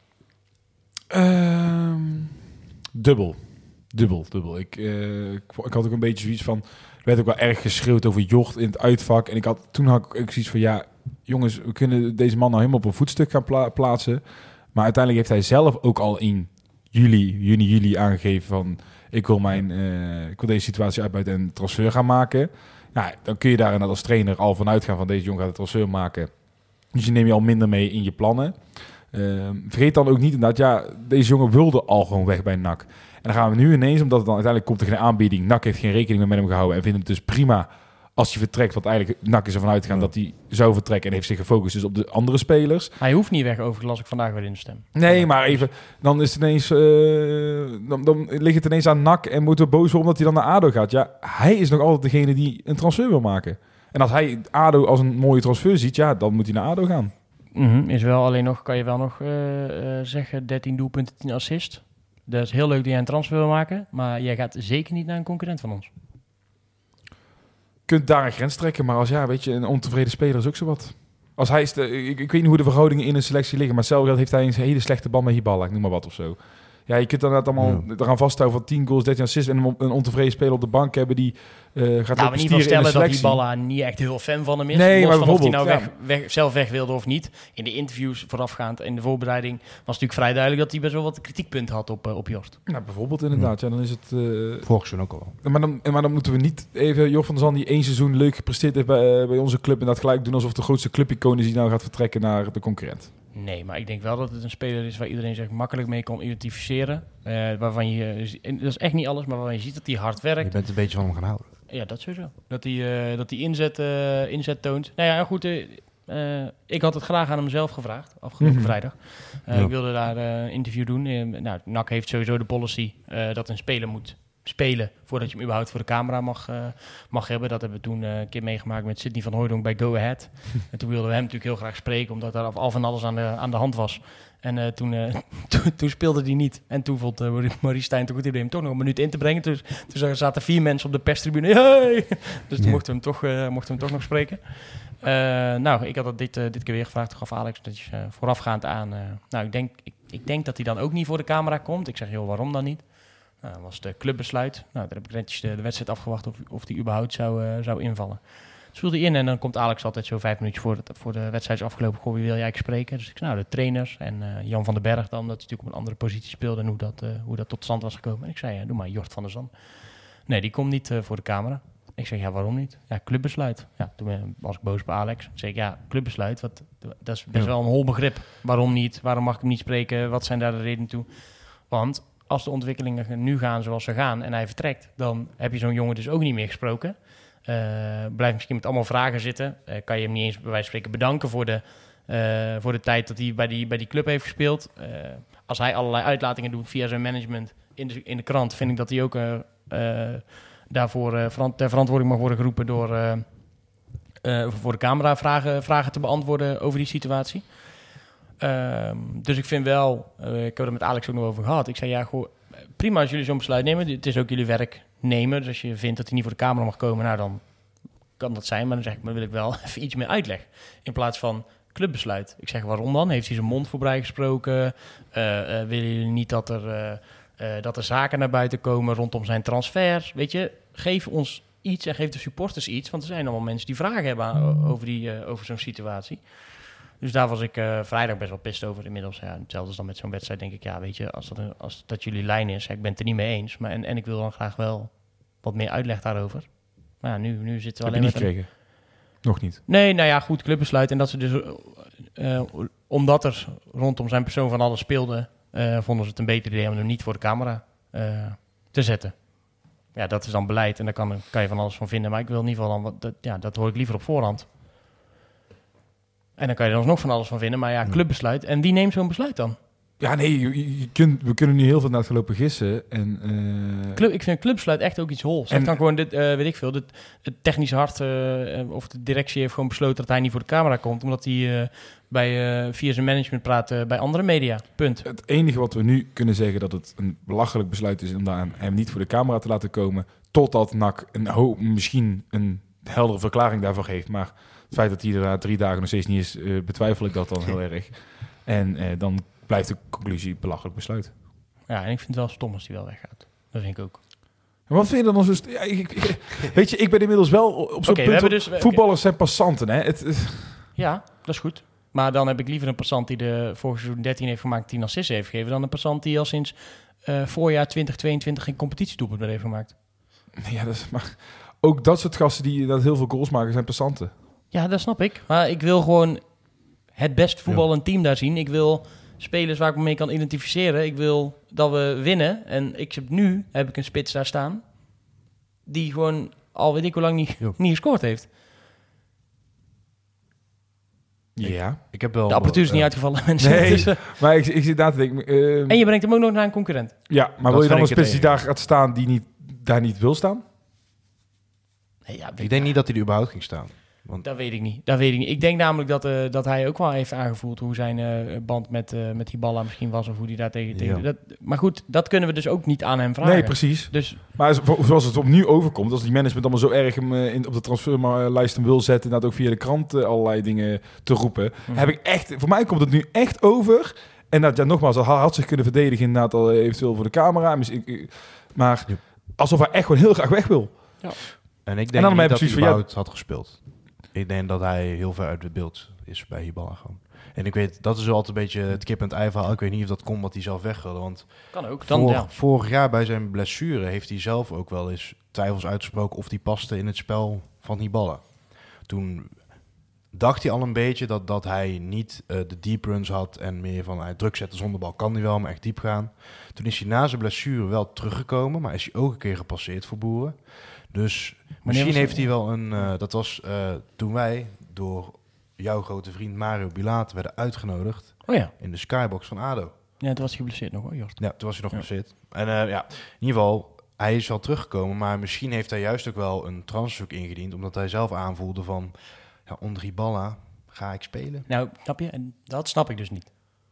Dubbel. Ik had ook een beetje zoiets van, er werd ook wel erg geschreeuwd over Jort in het uitvak. En toen had ik zoiets van, ja, jongens, we kunnen deze man nou helemaal op een voetstuk gaan plaatsen. Maar uiteindelijk heeft hij zelf ook al in juni aangegeven van, ik wil deze situatie uitbuiten en transfer gaan maken. Ja, dan kun je daar als trainer al vanuit gaan van, deze jongen gaat een transfer maken. Dus je neem je al minder mee in je plannen. Vergeet dan ook niet inderdaad, ja, deze jongen wilde al gewoon weg bij NAC. En dan gaan we nu ineens, omdat het dan uiteindelijk komt er geen aanbieding. NAC heeft geen rekening meer met hem gehouden en vindt het dus prima als hij vertrekt. Want eigenlijk NAC is ervan uitgegaan dat hij zou vertrekken en heeft zich gefocust dus op de andere spelers. Hij hoeft niet weg, overigens las ik vandaag weer in de stem. Nee, maar even, dan is het ineens, dan ligt het ineens aan NAC en moeten we boos worden omdat hij dan naar ADO gaat. Ja, hij is nog altijd degene die een transfer wil maken. En als hij ADO als een mooie transfer ziet, ja, dan moet hij naar ADO gaan. Is wel alleen nog, kan je wel nog zeggen, 13 doelpunten, 10 assist. Dat is heel leuk dat jij een transfer wil maken, maar jij gaat zeker niet naar een concurrent van ons. Je kunt daar een grens trekken, maar als een ontevreden speler is ook zo wat. Als hij ik weet niet hoe de verhoudingen in een selectie liggen, maar zelf heeft hij een hele slechte band met Hiballa, ik noem maar wat of zo. Ja, je kunt dan allemaal eraan vasthouden van 10 goals, 13 assists en een ontevreden speler op de bank hebben die gaat lopen stieren in de selectie. Stellen dat Hiballa niet echt heel fan van hem is. Nee, maar of hij nou zelf weg wilde of niet. In de interviews voorafgaand in de voorbereiding was natuurlijk vrij duidelijk dat hij best wel wat kritiekpunten had op Jort. Nou, bijvoorbeeld inderdaad. Ja, dan is het... Vorig seizoen ook al. Maar dan moeten we niet even Jort van der Zanden die 1 seizoen leuk gepresteerd heeft bij onze club en dat gelijk doen alsof de grootste clubicoon is die nou gaat vertrekken naar de concurrent. Nee, maar ik denk wel dat het een speler is waar iedereen zich makkelijk mee kan identificeren. Waarvan dat is echt niet alles, maar waarvan je ziet dat hij hard werkt. Je bent een beetje van hem gaan houden. Ja, dat sowieso. Dat hij inzet toont. Nou ja, goed. Ik had het graag aan hem zelf gevraagd, afgelopen vrijdag. Ik wilde daar een interview doen. NAC heeft sowieso de policy dat een speler moet spelen voordat je hem überhaupt voor de camera mag hebben. Dat hebben we toen een keer meegemaakt met Sidney van Hooijdonk bij Go Ahead. En toen wilden we hem natuurlijk heel graag spreken, omdat er al van alles aan de hand was. En toen speelde hij niet. En toen vond Maurice Stijn toch goed idee om toch nog een minuut in te brengen. Toen zaten 4 mensen op de perstribune. Hey! Dus toen mochten we hem toch nog spreken. Ik had dat dit keer weer gevraagd. Toen gaf Alex dat je voorafgaand aan... ik denk dat hij dan ook niet voor de camera komt. Ik zeg, joh, waarom dan niet? Nou, dat was de clubbesluit. Nou, daar heb ik netjes de wedstrijd afgewacht of die überhaupt zou invallen. Speelde hij in en dan komt Alex altijd zo 5 minuutjes voor de wedstrijd is afgelopen. Goh, wie wil jij eigenlijk spreken? Dus ik zei, de trainers en Jan van den Berg dan, dat hij natuurlijk op een andere positie speelde en hoe dat tot stand was gekomen. En ik zei, doe maar Jort van der Zanden. Nee, die komt niet voor de camera. Ik zeg, waarom niet? Ja, clubbesluit. Ja, toen was ik boos bij Alex. Ik zeg, clubbesluit, dat is best wel een hol begrip. Waarom niet? Waarom mag ik hem niet spreken? Wat zijn daar de redenen toe? Want als de ontwikkelingen nu gaan zoals ze gaan en hij vertrekt, dan heb je zo'n jongen dus ook niet meer gesproken. Blijft misschien met allemaal vragen zitten. Kan je hem niet eens bij wijze van spreken bedanken voor de tijd dat hij bij die club heeft gespeeld. Als hij allerlei uitlatingen doet via zijn management in de krant, vind ik dat hij ook daarvoor ter verantwoording mag worden geroepen door voor de camera vragen te beantwoorden over die situatie. Dus ik vind wel, ik heb er met Alex ook nog over gehad. Ik zei, prima als jullie zo'n besluit nemen. Het is ook jullie werk nemen. Dus als je vindt dat hij niet voor de camera mag komen, nou dan kan dat zijn. Maar dan zeg ik, maar wil ik wel even iets meer uitleg. In plaats van clubbesluit. Ik zeg, waarom dan? Heeft hij zijn mond voorbij gesproken? Willen jullie niet dat er zaken naar buiten komen rondom zijn transfer? Weet je, geef ons iets en geef de supporters iets. Want er zijn allemaal mensen die vragen hebben over zo'n situatie. Dus daar was ik vrijdag best wel pist over inmiddels. Ja, hetzelfde als dan met zo'n wedstrijd denk ik, weet je, als dat jullie lijn is, ik ben het er niet mee eens. Maar en ik wil dan graag wel wat meer uitleg daarover. Maar ja, nu zitten we alleen met... Heb je niet gekregen? Nog niet? Nee, goed, clubbesluit. En dat ze dus omdat er rondom zijn persoon van alles speelde, vonden ze het een beter idee om hem niet voor de camera te zetten. Ja, dat is dan beleid en daar kan je van alles van vinden. Maar ik wil in ieder geval dat hoor ik liever op voorhand. En dan kan je er alsnog van alles van vinden. Maar ja, clubbesluit. En wie neemt zo'n besluit dan? Ja, nee, we kunnen nu heel veel naar het gelopen gissen. En, ik vind clubbesluit echt ook iets hols. Hij kan gewoon het technisch hart of de directie heeft gewoon besloten dat hij niet voor de camera komt. Omdat hij via zijn management praat bij andere media. Punt. Het enige wat we nu kunnen zeggen dat het een belachelijk besluit is om hem niet voor de camera te laten komen. Totdat NAC misschien een heldere verklaring daarvoor heeft. Maar het feit dat hij er na 3 dagen nog steeds niet is, betwijfel ik dat dan heel erg. En dan blijft de conclusie belachelijk besluit. Ja, en ik vind het wel stom als hij wel weggaat. Dat vind ik ook. En wat vind je dan als... weet je, ik ben inmiddels wel op zo'n punt... voetballers zijn passanten, hè? Ja, dat is goed. Maar dan heb ik liever een passant die de vorige seizoen 13 heeft gemaakt, 10 assists heeft gegeven, dan een passant die al sinds voorjaar 2022 geen competitiedoelpunt meer heeft gemaakt. Ja, maar ook dat soort gasten die dat heel veel goals maken, zijn passanten. Ja, dat snap ik. Maar ik wil gewoon het best voetballend team daar zien. Ik wil spelers waar ik me mee kan identificeren. Ik wil dat we winnen. En nu heb ik een spits daar staan die gewoon al weet ik hoe lang niet gescoord heeft. Ja. Ik heb wel... De apparatuur is niet uitgevallen, mensen. Nee, dus, maar ik zit daar te denken... en je brengt hem ook nog naar een concurrent. Ja, maar wil je dan een spits die daar gaat staan die daar niet wil staan? Nee, ja, ik denk niet dat hij er überhaupt ging staan. Want... Dat weet ik niet. Ik denk namelijk dat hij ook wel heeft aangevoeld hoe zijn band met Hiballa misschien was. Of hoe hij daar tegen... Maar goed, dat kunnen we dus ook niet aan hem vragen. Nee, precies. Dus... Maar zoals het opnieuw overkomt, als die management allemaal zo erg hem op de transferlijst wil zetten, en dat ook via de krant allerlei dingen te roepen, heb ik echt... Voor mij komt het nu echt over. En dat, nogmaals, hij had zich kunnen verdedigen inderdaad al eventueel voor de camera. Maar alsof hij echt gewoon heel graag weg wil. Ja. En ik denk niet dat hij überhaupt had gespeeld. Ik denk dat hij heel ver uit het beeld is bij Hiballa gewoon. En ik weet, dat is wel altijd een beetje het kip en het ei verhaal. Ik weet niet of dat komt wat hij zelf weg wilde. Want kan ook. Vorig jaar bij zijn blessure heeft hij zelf ook wel eens twijfels uitgesproken of die paste in het spel van Hiballa. Toen dacht hij al een beetje dat hij niet de deep runs had en meer van druk zetten zonder bal kan hij wel, maar echt diep gaan. Toen is hij na zijn blessure wel teruggekomen, maar is hij ook een keer gepasseerd voor Boeren. Dus misschien heeft hij wel een... dat was toen wij door jouw grote vriend Mario Bilater werden uitgenodigd in de skybox van ADO. Ja, toen was hij geblesseerd nog hoor, Jort. Ja, toen was hij nog geblesseerd. En in ieder geval, hij is wel teruggekomen, maar misschien heeft hij juist ook wel een transfer ingediend, omdat hij zelf aanvoelde van, onder Hiballa ga ik spelen. Nou, snap je? En dat snap ik dus niet.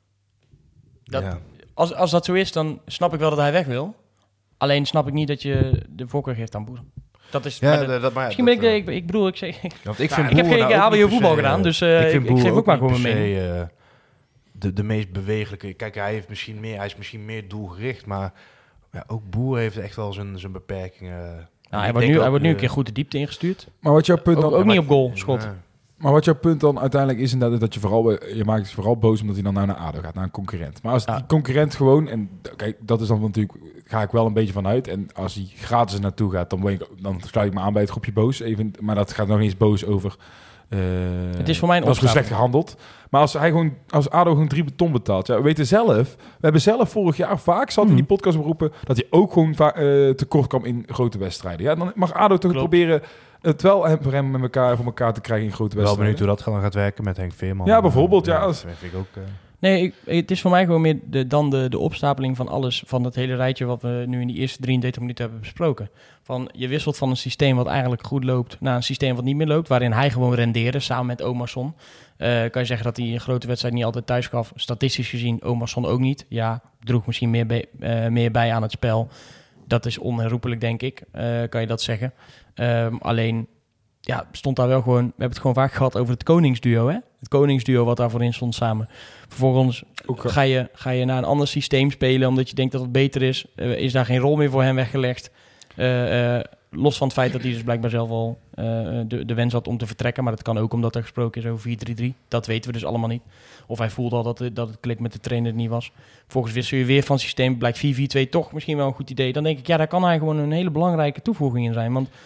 Als dat zo is, dan snap ik wel dat hij weg wil. Alleen snap ik niet dat je de voorkeur geeft aan Boeren. Dat is, misschien ben ik... Ik bedoel, ik zeg... ik heb geen HBO voetbal gedaan, dus ik geef ook maar gewoon mijn mening. De meest bewegelijke... Kijk, hij is misschien meer doelgericht, maar ook Boer heeft echt wel zijn beperkingen. Hij wordt nu een keer goed de diepte ingestuurd. Maar wat jouw punt ook niet op goal, schot. Maar wat jouw punt dan uiteindelijk is inderdaad dat je maakt het vooral boos omdat hij dan naar ADO gaat, naar een concurrent. Maar als die concurrent gewoon, en kijk, dat is dan natuurlijk, ga ik wel een beetje vanuit. En als hij gratis er naartoe gaat, dan sluit ik me aan bij het groepje boos. Even, maar dat gaat nog eens boos over. Het is voor mij een dat is gewoon slecht gehandeld. Maar als ADO gewoon 3 ton betaalt. Ja, we weten zelf, we hebben zelf vorig jaar vaak in die podcast beroepen dat hij ook gewoon tekort kwam in grote wedstrijden. Ja, dan mag ADO toch proberen het wel voor hem met elkaar voor elkaar te krijgen in grote wedstrijden. Wel benieuwd hoe dat gaat werken met Henk Veerman. Ja, bijvoorbeeld. Dat vind ik ook... Nee, het is voor mij gewoon meer de opstapeling van alles, van dat hele rijtje wat we nu in die eerste 33 minuten hebben besproken. Van, je wisselt van een systeem wat eigenlijk goed loopt naar een systeem wat niet meer loopt, waarin hij gewoon rendeerde samen met Omarsson. Kan je zeggen dat hij een grote wedstrijd niet altijd thuis gaf. Statistisch gezien Omarsson ook niet. Ja, droeg misschien meer bij aan het spel. Dat is onherroepelijk, denk ik, kan je dat zeggen. Alleen, stond daar wel gewoon... We hebben het gewoon vaak gehad over het koningsduo, hè? Het koningsduo wat daar voorin stond samen. Vervolgens ga je naar een ander systeem spelen omdat je denkt dat het beter is. Is daar geen rol meer voor hem weggelegd. Los van het feit dat hij dus blijkbaar zelf al de wens had om te vertrekken. Maar dat kan ook omdat er gesproken is over 4-3-3. Dat weten we dus allemaal niet. Of hij voelde al dat het klik met de trainer niet was. Vervolgens wissel je weer van systeem. Blijkt 4-4-2 toch misschien wel een goed idee. Dan denk ik, daar kan hij gewoon een hele belangrijke toevoeging in zijn. Want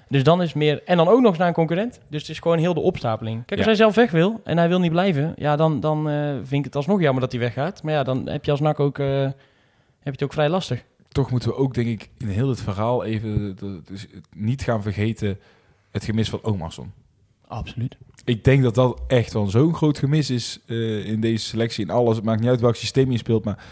Dus dan is het meer... En dan ook nog eens naar een concurrent. Dus het is gewoon heel de opstapeling. Kijk, als hij zelf weg wil en hij wil niet blijven... Ja, dan vind ik het alsnog jammer dat hij weggaat. Maar ja, dan heb je als NAC ook... heb je het ook vrij lastig. Toch moeten we ook, denk ik, in heel het verhaal even dus niet gaan vergeten het gemis van Omarsson. Absoluut. Ik denk dat dat echt wel zo'n groot gemis is in deze selectie. In alles, het maakt niet uit welk systeem je speelt, maar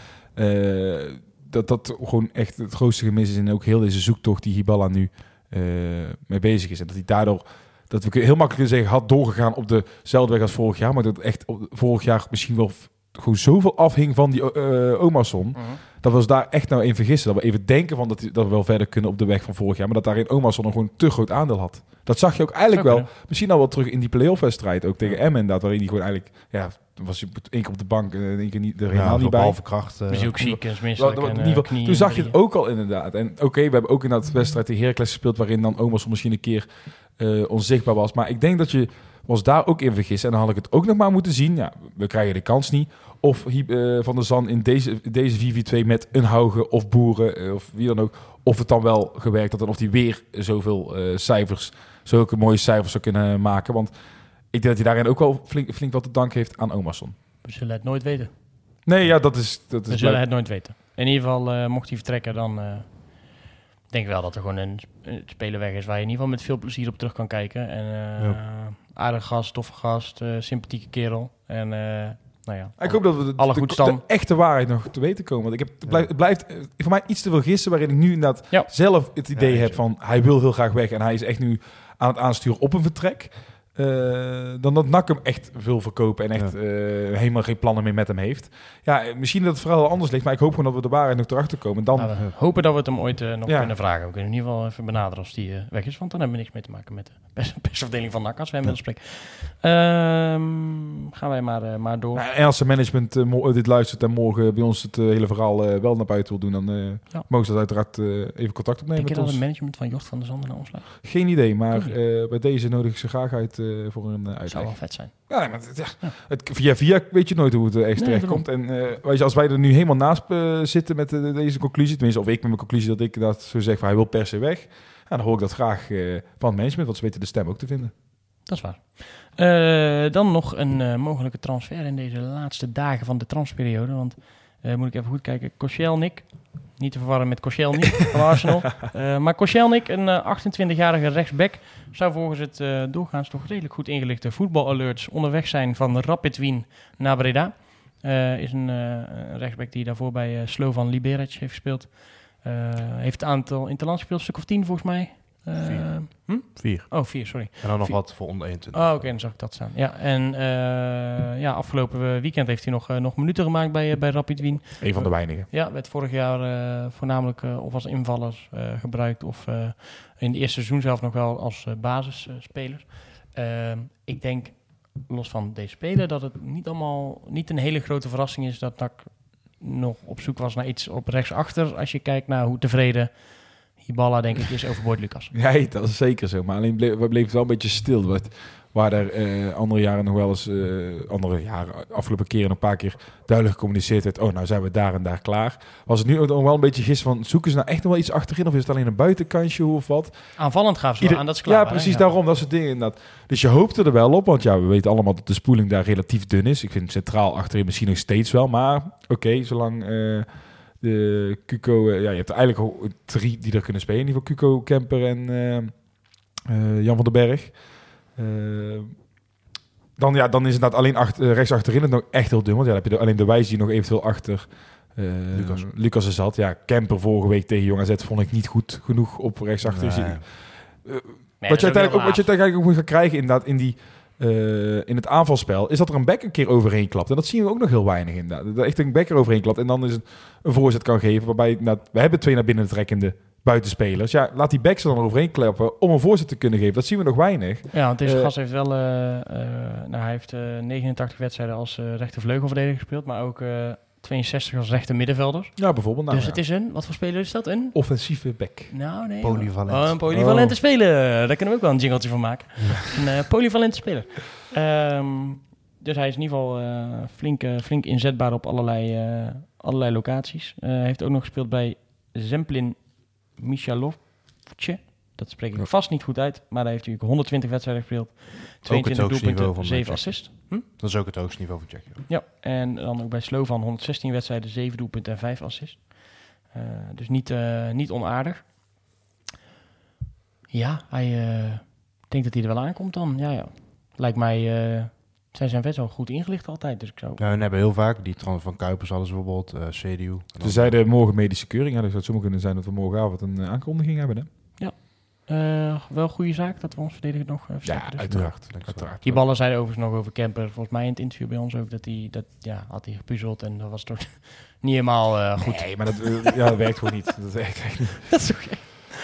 dat gewoon echt het grootste gemis is. En ook heel deze zoektocht die Hiballa nu mee bezig is. En dat hij daardoor, dat we heel makkelijk kunnen zeggen, had doorgegaan op dezelfde weg als vorig jaar. Maar dat echt vorig jaar misschien wel gewoon zoveel afhing van die Omarsson. Dat we ons daar echt nou in vergissen. Dat we even denken van dat we wel verder kunnen op de weg van vorig jaar. Maar dat daarin Omarsson nog gewoon te groot aandeel had. Dat zag je ook eigenlijk wel. Misschien al wel terug in die play-off wedstrijd. Ook tegen Emmen inderdaad. Waarin hij gewoon eigenlijk... Ja, was je één keer op de bank. Één keer niet, er helemaal niet bij. Halve kracht. Was je ook ziek en misselijk. Toen zag je het ook al inderdaad. En oké, we hebben ook inderdaad de wedstrijd tegen Heracles gespeeld. Waarin dan Omarsson misschien een keer onzichtbaar was. Maar ik denk dat je was daar ook in vergissen. En dan had ik het ook nog maar moeten zien. Ja, we krijgen de kans niet. Of Van der Zan in deze 4-4-2 met een Hauge of Boeren of wie dan ook. Of het dan wel gewerkt had en of hij weer zoveel zulke mooie cijfers zou kunnen maken. Want ik denk dat hij daarin ook wel flink wat te danken heeft aan Omarsson. We zullen het nooit weten. Nee, ja, dat is we zullen het nooit weten. In ieder geval, mocht hij vertrekken, dan denk ik wel dat er gewoon een speler weg is waar je in ieder geval met veel plezier op terug kan kijken. En aardig gast, toffe gast, sympathieke kerel. En nou ja, ik hoop dat we de echte waarheid nog te weten komen. Want het blijft voor mij iets te veel gissen, waarin ik nu inderdaad zelf het idee heb van hij wil heel graag weg en hij is echt nu aan het aansturen op een vertrek. Dan dat NAC hem echt wil verkopen en echt helemaal geen plannen meer met hem heeft. Ja, misschien dat het vooral anders ligt, maar ik hoop gewoon dat we de waarheid nog erachter komen. Dan we hopen dat we het hem ooit nog kunnen vragen. We kunnen in ieder geval even benaderen als die weg is, want dan hebben we niks mee te maken met de persafdeling van NAC als wij hem willen spreken. Gaan wij maar door. En als de management dit luistert en morgen bij ons het hele verhaal wel naar buiten wil doen, dan mogen ze dat uiteraard even contact opnemen. Denk je dat het management van Jort van der Zanden naar ons luistert? Geen idee, maar bij deze nodig ik ze graag uit voor een uitleg. Zou wel vet zijn. Ja, maar via weet je nooit hoe het echt terecht komt. En als wij er nu helemaal naast zitten met deze conclusie, tenminste, of ik met mijn conclusie dat ik dat zo zeg van hij wil per se weg, dan hoor ik dat graag van het management, want ze weten de stem ook te vinden. Dat is waar. Dan nog een mogelijke transfer in deze laatste dagen van de transferperiode, want moet ik even goed kijken. Koscielnik, niet te verwarren met Koscielny van Arsenal. Maar Koscielnik, een 28-jarige rechtsback, zou volgens het doorgaans toch redelijk goed ingelichte voetbalalerts onderweg zijn van Rapid Wien naar Breda. Is een rechtsback die daarvoor bij Slovan Liberec heeft gespeeld. Heeft een aantal interlands gespeeld, een stuk of 10 volgens mij. 4. Oh, 4, sorry. En dan nog wat voor onder 21. Oh, oké, dan zag ik dat staan. Ja, en afgelopen weekend heeft hij nog minuten gemaakt bij Rapid Wien. Een van de weinigen. Ja, werd vorig jaar voornamelijk of als invallers gebruikt of in het eerste seizoen zelf nog wel als basisspeler. Ik denk, los van deze speler, dat het niet een hele grote verrassing is dat NAC nog op zoek was naar iets op rechtsachter. Als je kijkt naar hoe tevreden Hiballa, denk ik, is overboord Lucas. Ja, dat is zeker zo. Maar alleen we bleven wel een beetje stil. Waar er andere jaren nog wel eens, afgelopen keren een paar keer duidelijk gecommuniceerd werd. Oh, nou zijn we daar en daar klaar. Was het nu ook wel een beetje gist van, zoeken ze nou echt nog wel iets achterin? Of is het alleen een buitenkantje of wat? Aanvallend gaven ze aan, dat is klaar. Ja, precies, daarom, dat soort dingen. Inderdaad. Dus je hoopte er wel op, want ja, we weten allemaal dat de spoeling daar relatief dun is. Ik vind centraal achterin misschien nog steeds wel. Maar oké, zolang de Cuco... je hebt eigenlijk 3 die er kunnen spelen. In ieder geval Cuco, Kemper en Jan van den Berg. Dan is het dat alleen rechts achterin het nog echt heel dun. Want dan heb je alleen de Wijs die nog eventueel achter Lucas er zat. Ja, Kemper vorige week tegen Jong AZ vond ik niet goed genoeg op rechts achter. Wat je uiteindelijk ook moet gaan krijgen inderdaad in het aanvalspel, is dat er een back een keer overheen klapt. En dat zien we ook nog heel weinig inderdaad. Dat echt een back er overheen klapt en dan is een voorzet kan geven waarbij we hebben 2 naar binnen trekkende buitenspelers. Ja, laat die backs er dan overheen klappen om een voorzet te kunnen geven. Dat zien we nog weinig. Ja, want deze gast heeft wel... hij heeft 89 wedstrijden als rechtervleugelverdediger gespeeld, maar ook 62 als rechter middenvelder. Ja, bijvoorbeeld. Nou, dus het is wat voor speler is dat? Een offensieve back. Nou, nee. Polyvalent. Een polyvalente speler. Daar kunnen we ook wel een jingletje van maken. Ja. Een polyvalente speler. Dus hij is in ieder geval flink inzetbaar op allerlei locaties. Hij heeft ook nog gespeeld bij Zemplin Michalovce. Dat spreek ik vast niet goed uit. Maar daar heeft hij 120 wedstrijden gespeeld. 22 doelpunten, 7 assists. Dat is ook het hoogste niveau van Tsjechië. Ja, en dan ook bij Slovan 116 wedstrijden, 7 doelpunten en 5 assists. Dus niet onaardig. Ja, hij denkt dat hij er wel aankomt dan. Ja. Lijkt mij, zij zijn best wel goed ingelicht altijd. Dus ik zou... Ja, hun hebben heel vaak, die van Kuipers hadden ze bijvoorbeeld, CDU. Ze zeiden morgen medische keuring. Ja, dus dat zou kunnen zijn dat we morgenavond een aankondiging hebben, hè? Wel goede zaak dat we ons verdedigen nog versterken. Ja, uiteraard. Die ballen zeiden overigens nog over Kemper. Volgens mij in het interview bij ons ook had hij gepuzzeld en dat was toch niet helemaal goed. Nee, maar dat werkt gewoon niet. Dat werkt echt niet. Dat is oké.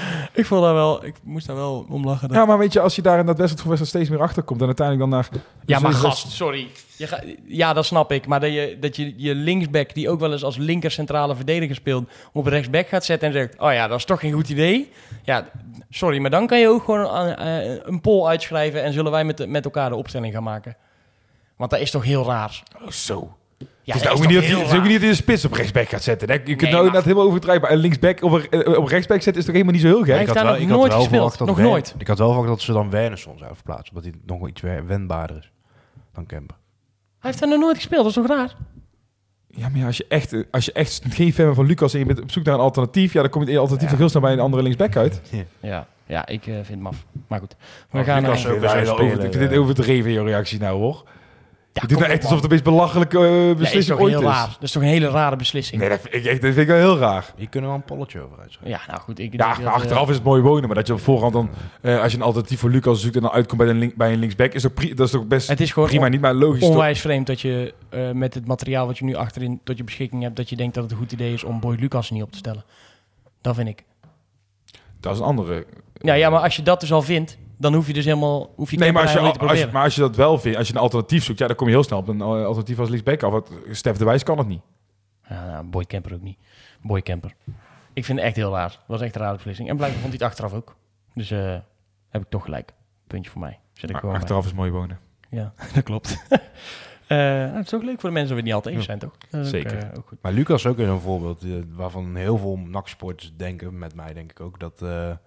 Ik moest daar wel om lachen. Ja, maar weet je, als je daar in dat wedstrijd voor wedstrijd steeds meer achterkomt en uiteindelijk dan naar... Ja, maar gast, sorry. Ja, dat snap ik. Maar dat je linksback, die ook wel eens als linker centrale verdediger speelt, op rechtsback gaat zetten en zegt, oh ja, dat is toch geen goed idee. Ja, sorry, maar dan kan je ook gewoon een poll uitschrijven en zullen wij met elkaar de opstelling gaan maken. Want dat is toch heel raar. Oh, zo. Ja, het is ook niet dat je de spits op rechtsback gaat zetten. Hè? Je kunt net helemaal overdrijven. En linksback of op rechtsback zetten is toch helemaal niet zo heel gek? Hij heeft daar nog nooit gespeeld. Nog nooit. Ik had wel verwacht dat ze dan Wernersson zouden verplaatsen. Omdat hij nog wel iets wendbaarder is dan Kemper. Hij heeft daar nog nooit gespeeld. Dat is toch raar? Ja, maar als je echt geen fan bent van Lucas en je bent op zoek naar een alternatief, ja, dan komt het alternatief toch heel snel bij een andere linksback uit. Ja, ik vind het maf. Maar goed. We gaan Lucas ook ik vind dit overdreven, je reactie nou, hoor. Ja, je doet nou echt alsof het de meest belachelijke beslissing ooit is. Raar. Dat is toch een hele rare beslissing. Nee, dat vind ik wel heel raar. Hier kunnen we een polletje over uitschrijven. Ja, nou goed. Achteraf is het mooi wonen, maar dat je op voorhand dan, als je een alternatief voor Lucas zoekt en dan uitkomt bij een linksback, dat is toch best het is gewoon prima, niet maar logisch. Onwijs vreemd dat je met het materiaal wat je nu achterin tot je beschikking hebt, dat je denkt dat het een goed idee is om Boyd Lucas niet op te stellen. Dat vind ik. Dat is een andere... Ja, maar als je dat dus al vindt, dan hoef je dus helemaal... Maar als je dat wel vindt, als je een alternatief zoekt, ja, dan kom je heel snel op een alternatief als linksback af. Want Stef de Wijs kan het niet. Ja, nou, Boyd Kemper ook niet. Boyd Kemper. Ik vind het echt heel raar. Dat was echt een rare beslissing. En blijkbaar vond hij het achteraf ook. Dus heb ik toch gelijk. Puntje voor mij. Achteraf is mooi wonen. Ja, dat klopt. Het is ook leuk voor de mensen dat we het niet altijd eens zijn, toch? Zeker. Ook goed. Maar Lucas is ook een voorbeeld waarvan heel veel NAC-sporters denken, met mij denk ik ook, dat...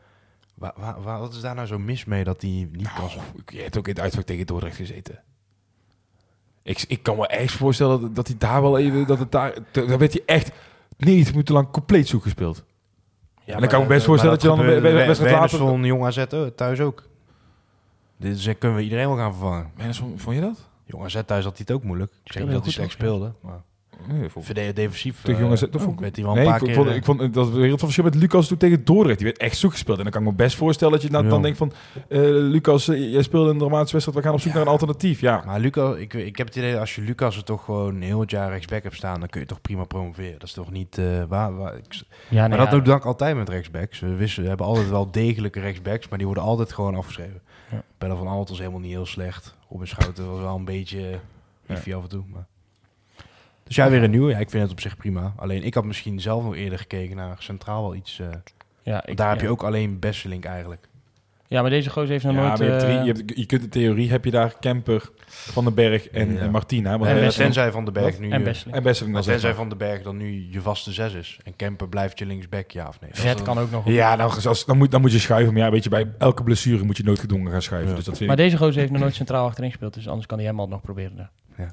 wat is daar nou zo mis mee dat hij niet kan zijn? Je hebt ook in het uitvak tegen Dordrecht gezeten. Ik kan me echt voorstellen dat hij daar wel even... Daar werd hij echt 90 minuten lang compleet zoek gespeeld. Ja, en dan kan ik me best voorstellen dat je dan bij de wedstrijd later... van Jong AZ thuis ook. Dit kunnen we iedereen wel gaan vervangen. Vond je dat? Jong AZ thuis had hij het ook moeilijk. Ik zeg niet dat hij slecht speelde, maar... Nee, defensief tegen jongens, werd hij wel een paar keer... Ik vond dat wereld van verschil met Lucas toen tegen Dordrecht. Die werd echt zoek gespeeld. En dan kan ik me best voorstellen dat je dan denkt van... Lucas, jij speelde een dramatische wedstrijd. We gaan op zoek naar een alternatief. Ja. Maar Lucas, ik heb het idee dat als je Lucas er toch gewoon heel het jaar rechtsback hebt staan... dan kun je toch prima promoveren. Dat is toch niet... maar dat doet dan altijd met rechtsbacks. We hebben altijd wel degelijke rechtsbacks... maar die worden altijd gewoon afgeschreven. Ja. Bellen van Aalt was helemaal niet heel slecht. Robin Schouten was wel een beetje iffy af en toe, maar... Dus ja, weer een nieuwe. Ja, ik vind het op zich prima. Alleen ik had misschien zelf nog eerder gekeken naar centraal wel iets. Daar heb je ook alleen Besselink eigenlijk. Ja, maar deze gozer heeft nog nooit... Je kunt in theorie heb je daar Kemper, Van den Berg en Martina. Tenzij Van den Berg nu... En Besselink. Tenzij Van den Berg dan nu je vaste 6 is. En Kemper blijft je linksback, ja of nee. Vet kan ook nog. Ja, dan moet je schuiven. Maar ja, weet je, bij elke blessure moet je noodgedwongen gaan schuiven. Ja. Dus dat maar deze gozer heeft nog nooit centraal achterin gespeeld. Dus anders kan hij hem al nog proberen daar. Ja.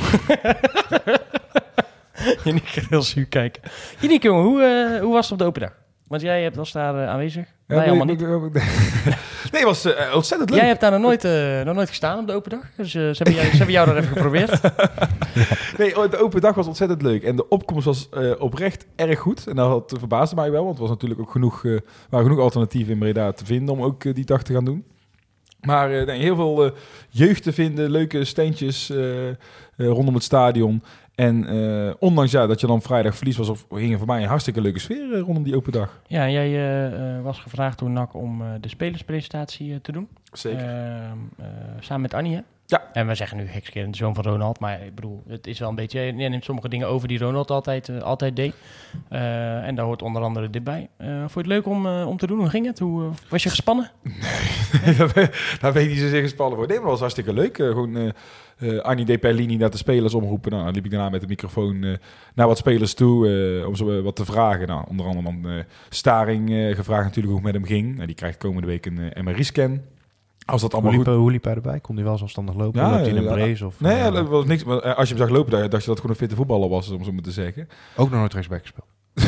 Yannick gaat heel zuur kijken. Yannick, jongen, hoe was het op de open dag? Want jij was daar aanwezig. Wij allemaal niet. Nee, het was ontzettend leuk. Jij hebt daar nog nooit gestaan op de open dag. Dus ze hebben jou daar even geprobeerd. Nee, de open dag was ontzettend leuk. En de opkomst was oprecht erg goed. En dat verbaasde mij wel. Want er was natuurlijk ook waren genoeg alternatieven in Breda te vinden om ook die dag te gaan doen. Maar heel veel jeugd te vinden. Leuke standjes rondom het stadion. En ondanks dat je dan vrijdag verlies was, ging voor mij een hartstikke leuke sfeer rondom die open dag. Ja, en jij was gevraagd door NAC om de spelerspresentatie te doen. Zeker. Samen met Annie, hè? Ja. En we zeggen nu gekskeer de zoon van Ronald, maar ik bedoel, het is wel een beetje... Je neemt sommige dingen over die Ronald altijd deed. En daar hoort onder andere dit bij. Vond je het leuk om te doen? Hoe ging het? Was je gespannen? Nee, daar ben ik niet zozeer gespannen voor. Nee, maar dat was hartstikke leuk. Annie De Perlini naar de spelers omroepen. Nou, dan liep ik daarna met de microfoon naar wat spelers toe om ze wat te vragen. Nou, onder andere dan Staring gevraagd natuurlijk hoe het met hem ging. Nou, die krijgt komende week een MRI-scan. Als dat allemaal hoe liep hij erbij? Kon hij wel zelfstandig lopen? Ja, loopt hij in een brace? Of, nee, dat was niks. Maar als je hem zag lopen, dacht je dat gewoon een fitte voetballer was, om zo maar te zeggen. Ook nog nooit rechtsback gespeeld.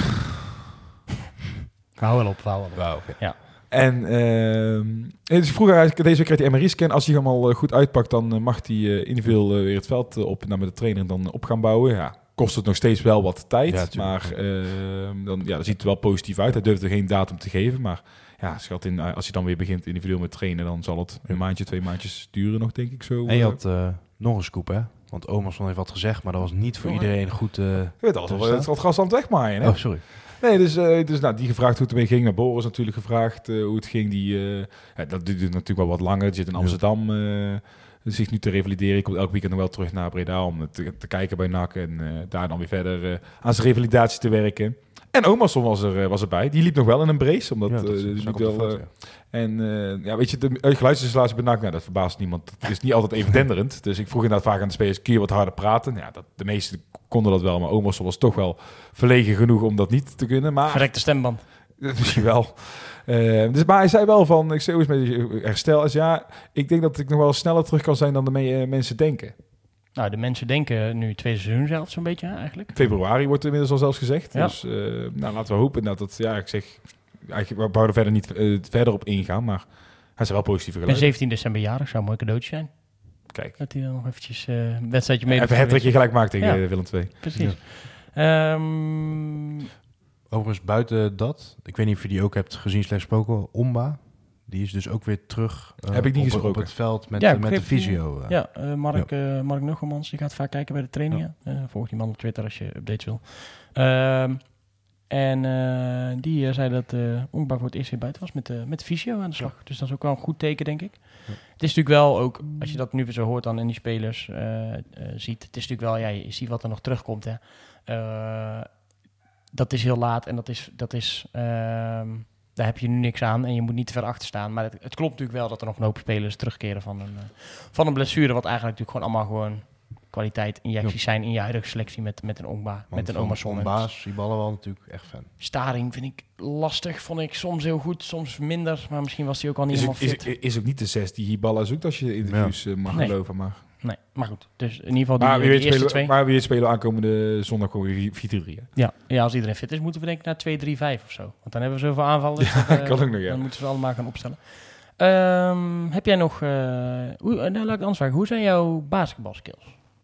Hou wel op. Wauw, okay. Ja. En dus vroeger, deze week kreeg hij MRI-scan. Als hij hem al goed uitpakt, dan mag hij individueel weer het veld op naar met de trainer dan op gaan bouwen. Ja, kost het nog steeds wel wat tijd, Ja, maar dan ziet het er wel positief uit. Hij durfde geen datum te geven, maar ja, schat in, als hij dan weer begint individueel met trainen, dan zal het een maandje, 2 maandjes duren nog, denk ik zo. En je had nog een scoop, hè? Want Omerson heeft wat gezegd, maar dat was niet voor iedereen goed. Je weet al, het wat gas aan het wegmaaien, hè? Oh, sorry. Nee, dus nou, die gevraagd hoe het ermee ging. Naar Boris natuurlijk gevraagd hoe het ging. Dat duurt natuurlijk wel wat langer. Die zit in Amsterdam zich nu te revalideren. Ik kom elke weekend nog wel terug naar Breda om te kijken bij NAC. En daar dan weer verder aan zijn revalidatie te werken. En Omerson was erbij. Die liep nog wel in een brace. Omdat, ja, dat liep wel, en weet je, de geluidsinstallatie bij NAC, dat verbaast niemand. Het is niet altijd even denderend. Dus ik vroeg inderdaad vaak aan de spelers, kun je wat harder praten? Ja, de meesten konden dat wel, maar Omerson was toch wel verlegen genoeg om dat niet te kunnen. Maar Verrekte stemband. Misschien wel. Maar hij zei wel van, ik zei hoe is het met je herstel? Is ja, ik denk dat ik nog wel sneller terug kan zijn dan de mensen denken. Nou, de mensen denken nu 2 seizoenen zelf zo'n beetje eigenlijk. Februari wordt inmiddels al zelfs gezegd. Ja. Dus laten we hopen dat het, ja, ik zeg, eigenlijk, we wouden verder niet verder op ingaan, maar hij is wel positieve Ik ben geluid. 17 december jarig, zou een mooi cadeautje zijn. Kijk. Dat hij dan nog eventjes een wedstrijdje mee... Even het je gelijk maakt tegen Ja. Willem II. Precies. Ja. Overigens, buiten dat, ik weet niet of je die ook hebt gezien / gesproken, Omba. Die is dus ook weer terug Heb ik niet op gesproken. het veld met Ja, de fysio. Mark Nuggemans, die gaat vaak kijken bij de trainingen. Volg die man op Twitter als je updates wil. Die zei dat Omba voor het eerst weer buiten was met de fysio aan de slag. Dus dat is ook wel een goed teken, denk ik. Het is natuurlijk wel ook, als je dat nu weer zo hoort dan in die spelers ziet. Het is natuurlijk wel, ja, je ziet wat er nog terugkomt. Hè. Dat is heel laat en dat is daar heb je nu niks aan en je moet niet te ver achter staan. Maar het klopt natuurlijk wel dat er nog een hoop spelers terugkeren van een blessure. Wat eigenlijk natuurlijk gewoon allemaal gewoon kwaliteit-injecties zijn in je huidige selectie met een Omba, met een Omerson. Omba's, die ballen wel natuurlijk echt fan. Staring vind ik lastig, vond ik soms heel goed, soms minder. Maar misschien was hij ook al niet helemaal fit. Is ook niet de 6 die Hiballa zoekt als je interviews mag geloven. Maar. Nee, maar goed. Dus in ieder geval die eerste spelen, 2. Maar wie spelen aankomende zondag gewoon weer 4-3. Ja, als iedereen fit is, moeten we denk ik naar 2-3-5 of zo. Want dan hebben we zoveel aanvallen. Dus kan ook nog, ja. Dan moeten we allemaal gaan opstellen. Heb jij nog... laat ik anders vragen. Hoe zijn jouw basketbalskills?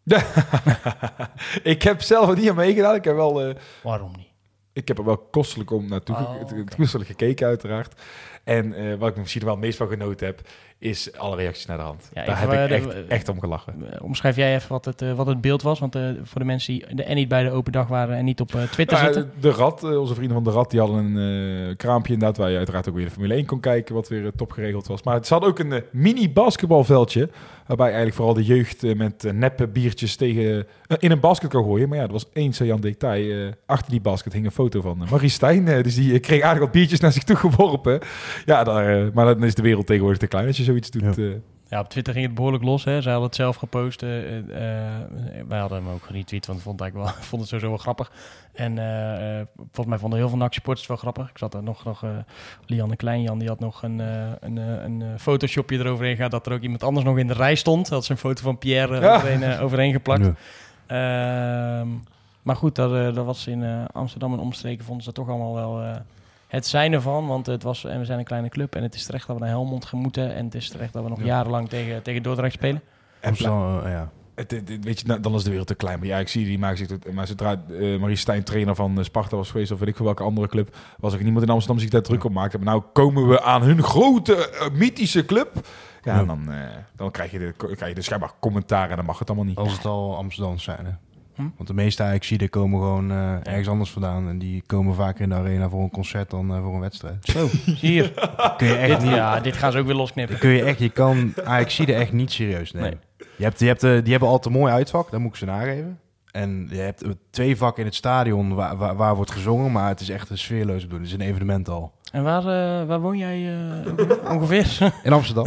Ik heb zelf niet aan meegedaan. Ik heb wel... Waarom niet? Ik heb er wel kostelijk om naartoe kostelijk gekeken uiteraard. En wat ik misschien wel het meest van genoten heb, is alle reacties naar de hand. Ja, daar heb ik echt om gelachen. Omschrijf jij even wat het beeld was? Want voor de mensen die niet bij de open dag waren en niet op Twitter zitten. De Rad, onze vrienden van de Rad, die hadden een kraampje inderdaad, waar je uiteraard ook weer de Formule 1 kon kijken, wat weer top geregeld was. Maar ze hadden ook een mini basketbalveldje, waarbij eigenlijk vooral de jeugd met neppe biertjes tegen in een basket kan gooien. Maar ja, er was één saillant detail. Achter die basket hing een foto van Marie Stijn. Dus die kreeg aardig wat biertjes naar zich toe geworpen. Ja, maar dan is de wereld tegenwoordig te klein als je zoiets doet. Ja, op Twitter ging het behoorlijk los. Hè. Zij hadden het zelf gepost. Wij hadden hem ook geretweet, want vond het sowieso wel grappig. En volgens mij vonden heel veel NAC-supporters wel grappig. Ik zat er nog Lianne Kleinjan, die had nog een photoshopje eroverheen gehad, dat er ook iemand anders nog in de rij stond. Dat is een foto van Pierre overheen geplakt. Ja. Maar goed, dat was in Amsterdam en omstreken vonden ze toch allemaal wel... het zijn ervan, want we zijn een kleine club en het is terecht dat we naar Helmond moeten en het is terecht dat we nog jarenlang tegen Dordrecht spelen. En weet je, dan is de wereld te klein. Maar ja, ik zie die maakt zich... Maar zodra Marie Stijn trainer van Sparta was geweest, of weet ik veel welke andere club, was er niemand in Amsterdam zich daar druk op maakte. Maar nou komen we aan hun grote, mythische club. Ja, en dan krijg je de schijnbaar commentaar en dan mag het allemaal niet. Als het al Amsterdams zijn, hè? Want de meeste Ajaxiden komen gewoon ergens anders vandaan. En die komen vaker in de arena voor een concert dan voor een wedstrijd. Zo, hier. Kun je echt dit gaan ze ook weer losknippen. Je kan Ajaxiden echt niet serieus nemen. Nee. Die hebben altijd een mooi uitvak, dat moet ik ze nageven. En je hebt 2 vakken in het stadion waar wordt gezongen, maar het is echt een sfeerloos bedoeling. Het is een evenement al. En waar woon jij ongeveer? In Amsterdam.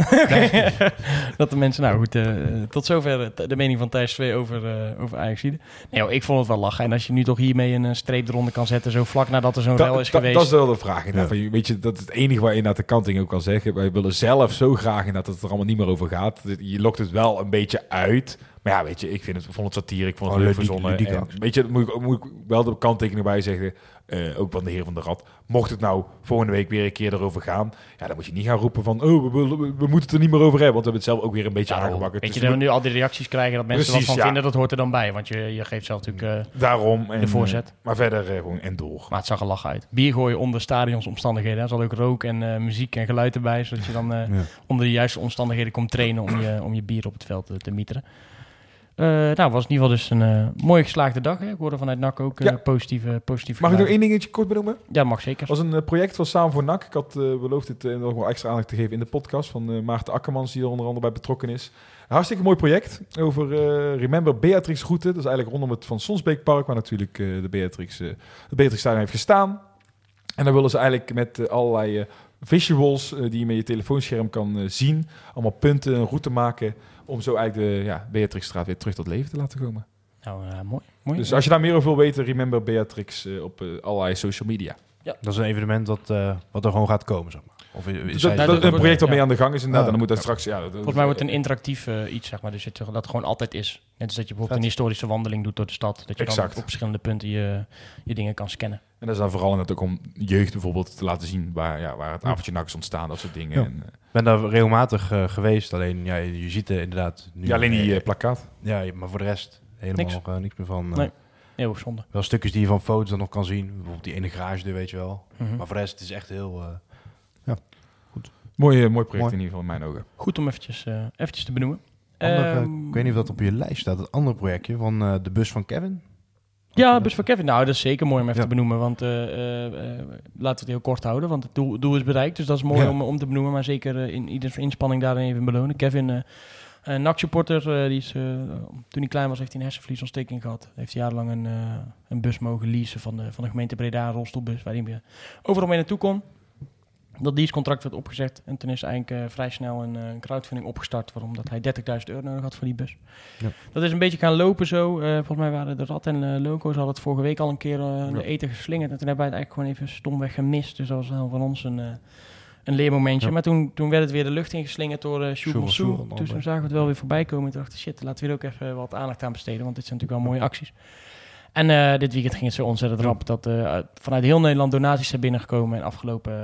Dat de mensen... Nou goed, tot zover de mening van Thijs 2 over Ajaxide. Nee, joh, ik vond het wel lachen. En als je nu toch hiermee een streep eronder kan zetten, zo vlak nadat er zo'n rel is geweest. Dat is wel de vraag. Ja. Weet je, dat is het enige waar je naar de kanting ook kan zeggen. Wij willen zelf zo graag dat het er allemaal niet meer over gaat. Je lokt het wel een beetje uit. Maar ja, weet je, ik vond het satire, ik vond het leuk verzonnen. Weet je, moet ik wel de kanttekening bij zeggen, ook van de heer van de Rad. Mocht het nou volgende week weer een keer erover gaan, ja, dan moet je niet gaan roepen van, we moeten het er niet meer over hebben, want we hebben het zelf ook weer een beetje aangebakken. Weet je, dat we nu al die reacties krijgen dat mensen wat van vinden, dat hoort er dan bij, want je geeft zelf natuurlijk daarom de voorzet. Maar verder gewoon en door. Maar het zag er lachen uit. Bier gooien onder stadionsomstandigheden. Er zal ook rook en muziek en geluid erbij, zodat je dan onder de juiste omstandigheden komt trainen om je bier op het veld te mieteren. Nou, was in ieder geval dus een mooi geslaagde dag. Hè? Ik hoorde vanuit NAC ook positief. Mag ik nog één dingetje kort benoemen? Ja, mag zeker. Het was een project van Samen voor NAC. Ik had beloofd dit nog wel extra aandacht te geven in de podcast van Maarten Akkermans, die er onder andere bij betrokken is. Een hartstikke mooi project over Remember Beatrix route. Dat is eigenlijk rondom het Van Sonsbeekpark, waar natuurlijk de Beatrix Stadion heeft gestaan. En dan willen ze eigenlijk met allerlei visuals die je met je telefoonscherm kan zien, allemaal punten, een route maken, om zo eigenlijk de Beatrixstraat weer terug tot leven te laten komen. Nou, mooi. Dus als je daar meer over wil weten, Remember Beatrix op allerlei social media. Ja. Dat is een evenement wat er gewoon gaat komen, zeg maar. Of dat een project waarmee aan de gang is inderdaad. Dan moet dat straks... Volgens mij wordt het een interactief iets, zeg maar. Dus dat gewoon altijd is. Net als dat je bijvoorbeeld een historische wandeling doet door de stad. Dat je dan op verschillende punten je dingen kan scannen. En dat is dan vooral natuurlijk om jeugd bijvoorbeeld te laten zien waar het avondje NAC is ontstaan, dat soort dingen. Ja. Ik ben daar regelmatig geweest, alleen je ziet er inderdaad... Nu, alleen die plakkaat. Ja, maar voor de rest helemaal niks meer van... Nee, heel zonde. Wel stukjes die je van foto's dan nog kan zien. Bijvoorbeeld die ene garage, weet je wel. Mm-hmm. Maar voor de rest, het is echt heel... goed. Mooi project in ieder geval in mijn ogen. Goed om eventjes te benoemen. Ik weet niet of dat op je lijst staat. Het andere projectje van de bus van Kevin. Ja, de bus van Kevin. Nou, dat is zeker mooi om even te benoemen. Want laten we het heel kort houden. Want het doel is bereikt. Dus dat is mooi om te benoemen. Maar zeker in ieders inspanning daarin even belonen. Kevin, een NAC-supporter. Die is, toen hij klein was, heeft hij een hersenvliesontsteking gehad. Heeft jarenlang een bus mogen leasen van de gemeente Breda. Een rolstoelbus waar hij overal mee naartoe kon. Dat leasecontract werd opgezet en toen is eigenlijk vrij snel een crowdfunding opgestart, omdat hij €30.000 nodig had voor die bus. Ja. Dat is een beetje gaan lopen zo. Volgens mij waren de Rad en Loco, ze hadden het vorige week al een keer de eten geslingerd en toen hebben wij het eigenlijk gewoon even stomweg gemist. Dus dat was wel van ons een leermomentje. Ja. Maar toen werd het weer de lucht ingeslingerd door Sjoerd Mansour. Toen zagen we het wel weer voorbij komen en toen dachten shit, laten we er ook even wat aandacht aan besteden, want dit zijn natuurlijk wel mooie acties. En dit weekend ging het zo ontzettend rap dat vanuit heel Nederland donaties zijn binnengekomen. En afgelopen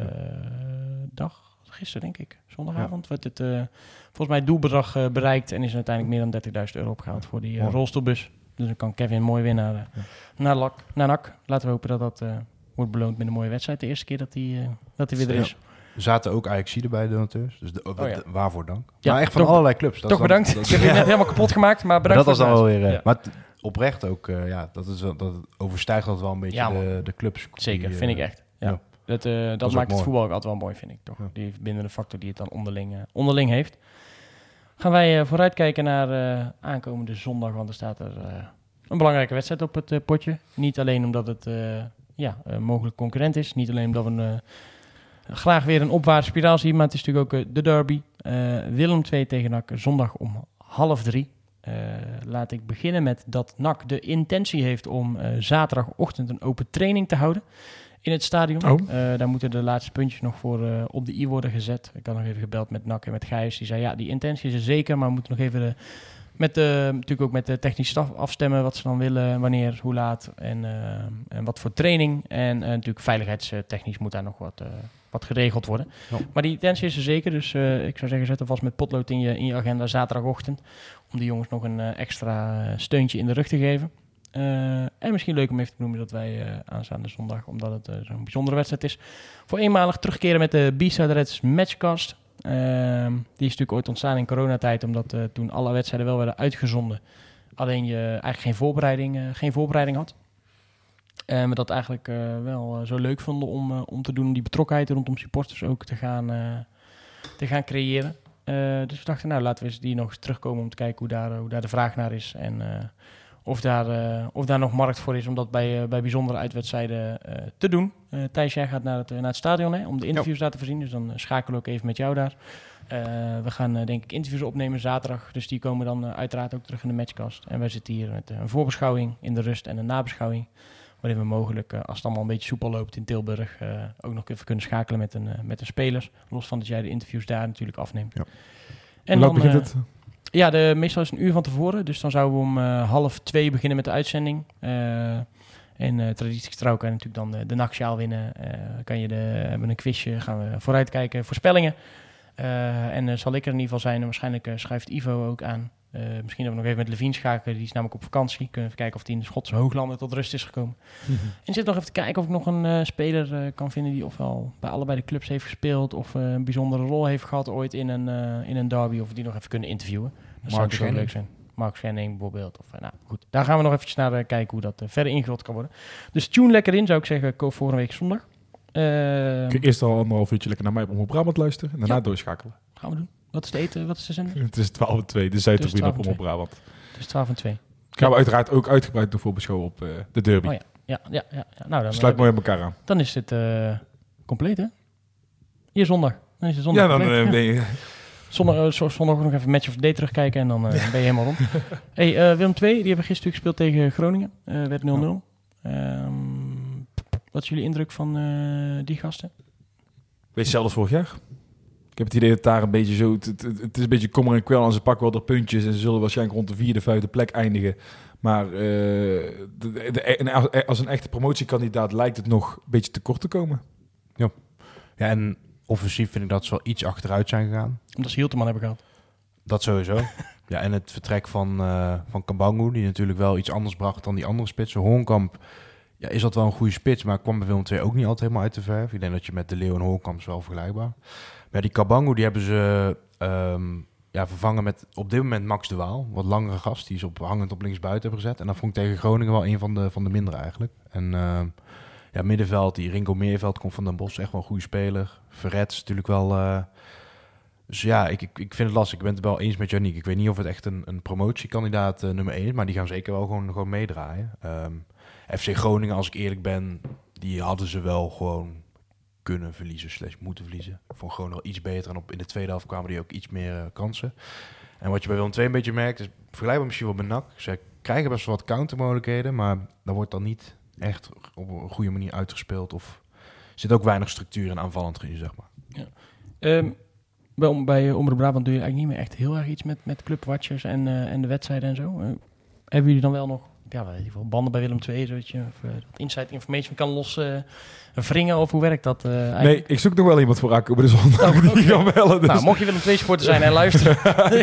dag, gisteren denk ik, zondagavond, werd het volgens mij het doelbedrag bereikt. En is er uiteindelijk meer dan €30.000 opgehaald voor die rolstoelbus. Dus dan kan Kevin mooi weer naar NAC. Laten we hopen dat wordt beloond met een mooie wedstrijd. De eerste keer dat hij weer er is. Er zaten ook Ajaxiden bij donateurs, dus waarvoor dank. Ja, maar echt van allerlei clubs. Toch bedankt. Ik heb je net helemaal kapot gemaakt, maar bedankt. Dat was dan wel weer... Maar oprecht ook, dat overstijgt dat wel een beetje de clubs. Zeker, vind ik echt. Ja. Dat maakt het voetbal ook altijd wel mooi, vind ik toch. Ja. Die verbindende factor die het dan onderling heeft. Gaan wij vooruitkijken naar aankomende zondag, want er staat er een belangrijke wedstrijd op het potje. Niet alleen omdat het mogelijk concurrent is, niet alleen omdat we graag weer een opwaartse spiraal zien, maar het is natuurlijk ook de derby. Willem II tegen NAC, zondag om 2:30. Laat ik beginnen met dat NAC de intentie heeft om zaterdagochtend een open training te houden in het stadion. Daar moeten de laatste puntjes nog voor op de i worden gezet. Ik had nog even gebeld met NAC en met Gijs. Die zei die intentie is er zeker, maar we moeten nog even natuurlijk ook met de technische staf afstemmen wat ze dan willen, wanneer, hoe laat en wat voor training. En natuurlijk veiligheidstechnisch moet daar nog wat geregeld worden. Ja. Maar die intentie is er zeker, dus ik zou zeggen, zet er vast met potlood in je agenda zaterdagochtend, om die jongens nog een extra steuntje in de rug te geven. En misschien leuk om even te noemen dat wij aanstaande zondag, omdat het zo'n bijzondere wedstrijd is, voor eenmalig terugkeren met de B-Side Reds Matchcast. Die is natuurlijk ooit ontstaan in coronatijd, omdat toen alle wedstrijden wel werden uitgezonden, alleen je eigenlijk geen voorbereiding had. En we dat eigenlijk wel zo leuk vonden om te doen, die betrokkenheid rondom supporters ook te gaan creëren. Dus we dachten, laten we eens die nog eens terugkomen om te kijken hoe daar de vraag naar is. En of daar nog markt voor is om dat bij bijzondere uitwedstrijden te doen. Thijs, jij gaat naar het stadion, hè, om de interviews daar te voorzien. Dus dan schakelen we ook even met jou daar. We gaan denk ik interviews opnemen zaterdag. Dus die komen dan uiteraard ook terug in de matchkast. En wij zitten hier met een voorbeschouwing in de rust en een nabeschouwing. Waarin we mogelijk, als het allemaal een beetje soepel loopt in Tilburg, ook nog even kunnen schakelen met de spelers. Los van dat jij de interviews daar natuurlijk afneemt. Ja. En hoe laat begint het? Ja, meestal is het een uur van tevoren. Dus dan zouden we om 1:30 beginnen met de uitzending. En traditiegetrouw kan je natuurlijk dan de nachtsjaal winnen. Hebben een quizje, gaan we vooruitkijken, voorspellingen. En zal ik er in ieder geval zijn. En waarschijnlijk schuift Ivo ook aan. Misschien dat we nog even met Levine schakelen. Die is namelijk op vakantie. Kunnen even kijken of hij in de Schotse Hooglanden tot rust is gekomen. En zit nog even te kijken of ik nog een speler kan vinden die ofwel bij allebei de clubs heeft gespeeld of een bijzondere rol heeft gehad ooit in een derby. Of we die nog even kunnen interviewen. Dat zou natuurlijk leuk zijn. Mark Schenning bijvoorbeeld. Nou goed, daar gaan we nog eventjes naar kijken hoe dat verder ingevuld kan worden. Dus tune lekker in, zou ik zeggen. Koop volgende week zondag. Kun je eerst al 1,5 uurtje lekker naar mij op Omroep Brabant luisteren en daarna doorschakelen. Gaan we doen. Wat is de eten? Wat is de zender? Het is 12:02, dus zij te op Omroep Brabant. Het is 12:02. Gaan we uiteraard ook uitgebreid nog voorbeschouwen op de derby. Oh ja. Nou, dan sluit mooi op elkaar aan. Dan is het compleet, hè? Hier zondag. Dan is het zondag. Ja, dan ben je... Zondag ook nog even Match of the Day terugkijken en dan ben je helemaal rond. Willem II, die hebben gisteren gespeeld tegen Groningen. Werd 0-0. Wat is jullie indruk van die gasten? Beetje hetzelfde als vorig jaar. Ik heb het idee dat daar een beetje zo... Het is een beetje kommer en kwel en ze pakken wel de puntjes en ze zullen waarschijnlijk rond de 4e, 5e plek eindigen. Maar als een echte promotiekandidaat lijkt het nog een beetje tekort te komen. Ja, en offensief vind ik dat ze wel iets achteruit zijn gegaan. Omdat ze Hilterman hebben gehad. Dat sowieso. Ja, en het vertrek van Kabangu, die natuurlijk wel iets anders bracht dan die andere spitsen. Hoornkamp, ja, is dat wel een goede spits, maar kwam bij Willem II ook niet altijd helemaal uit de verf. Ik denk dat je met De Leeuw en Hoornkamp is wel vergelijkbaar. Maar die Kabangu, die hebben ze vervangen met op dit moment Max de Waal. Wat langere gast, die is hangend op linksbuiten hebben gezet. En dat vond ik tegen Groningen wel een van de mindere eigenlijk. En middenveld, die Ringo Meerveld komt van Den Bosch, echt wel een goede speler. Verret is natuurlijk wel... Dus ja, ik vind het lastig. Ik ben het wel eens met Yannick. Ik weet niet of het echt een promotiekandidaat nummer 1 is, maar die gaan zeker wel gewoon meedraaien. FC Groningen, als ik eerlijk ben, die hadden ze wel gewoon kunnen verliezen / moeten verliezen. Ik vond Groningen wel iets beter en in de tweede helft kwamen die ook iets meer kansen. En wat je bij Willem II een beetje merkt, is vergelijkbaar misschien wel met NAC. Ze krijgen best wel wat countermogelijkheden, maar daar wordt dan niet echt op een goede manier uitgespeeld. Of zit ook weinig structuur en aanvallend in, zeg maar. Ja. Bij Omroep Brabant doe je eigenlijk niet meer echt heel erg iets met clubwatchers en de wedstrijden en zo. Hebben jullie dan wel nog banden bij Willem II, zodat je dat inside information kan wringen of hoe werkt dat eigenlijk? Nee, ik zoek nog wel iemand voor Akko op de zondag die kan bellen. Dus. Nou, mocht je Willem II supporter zijn en luisteren.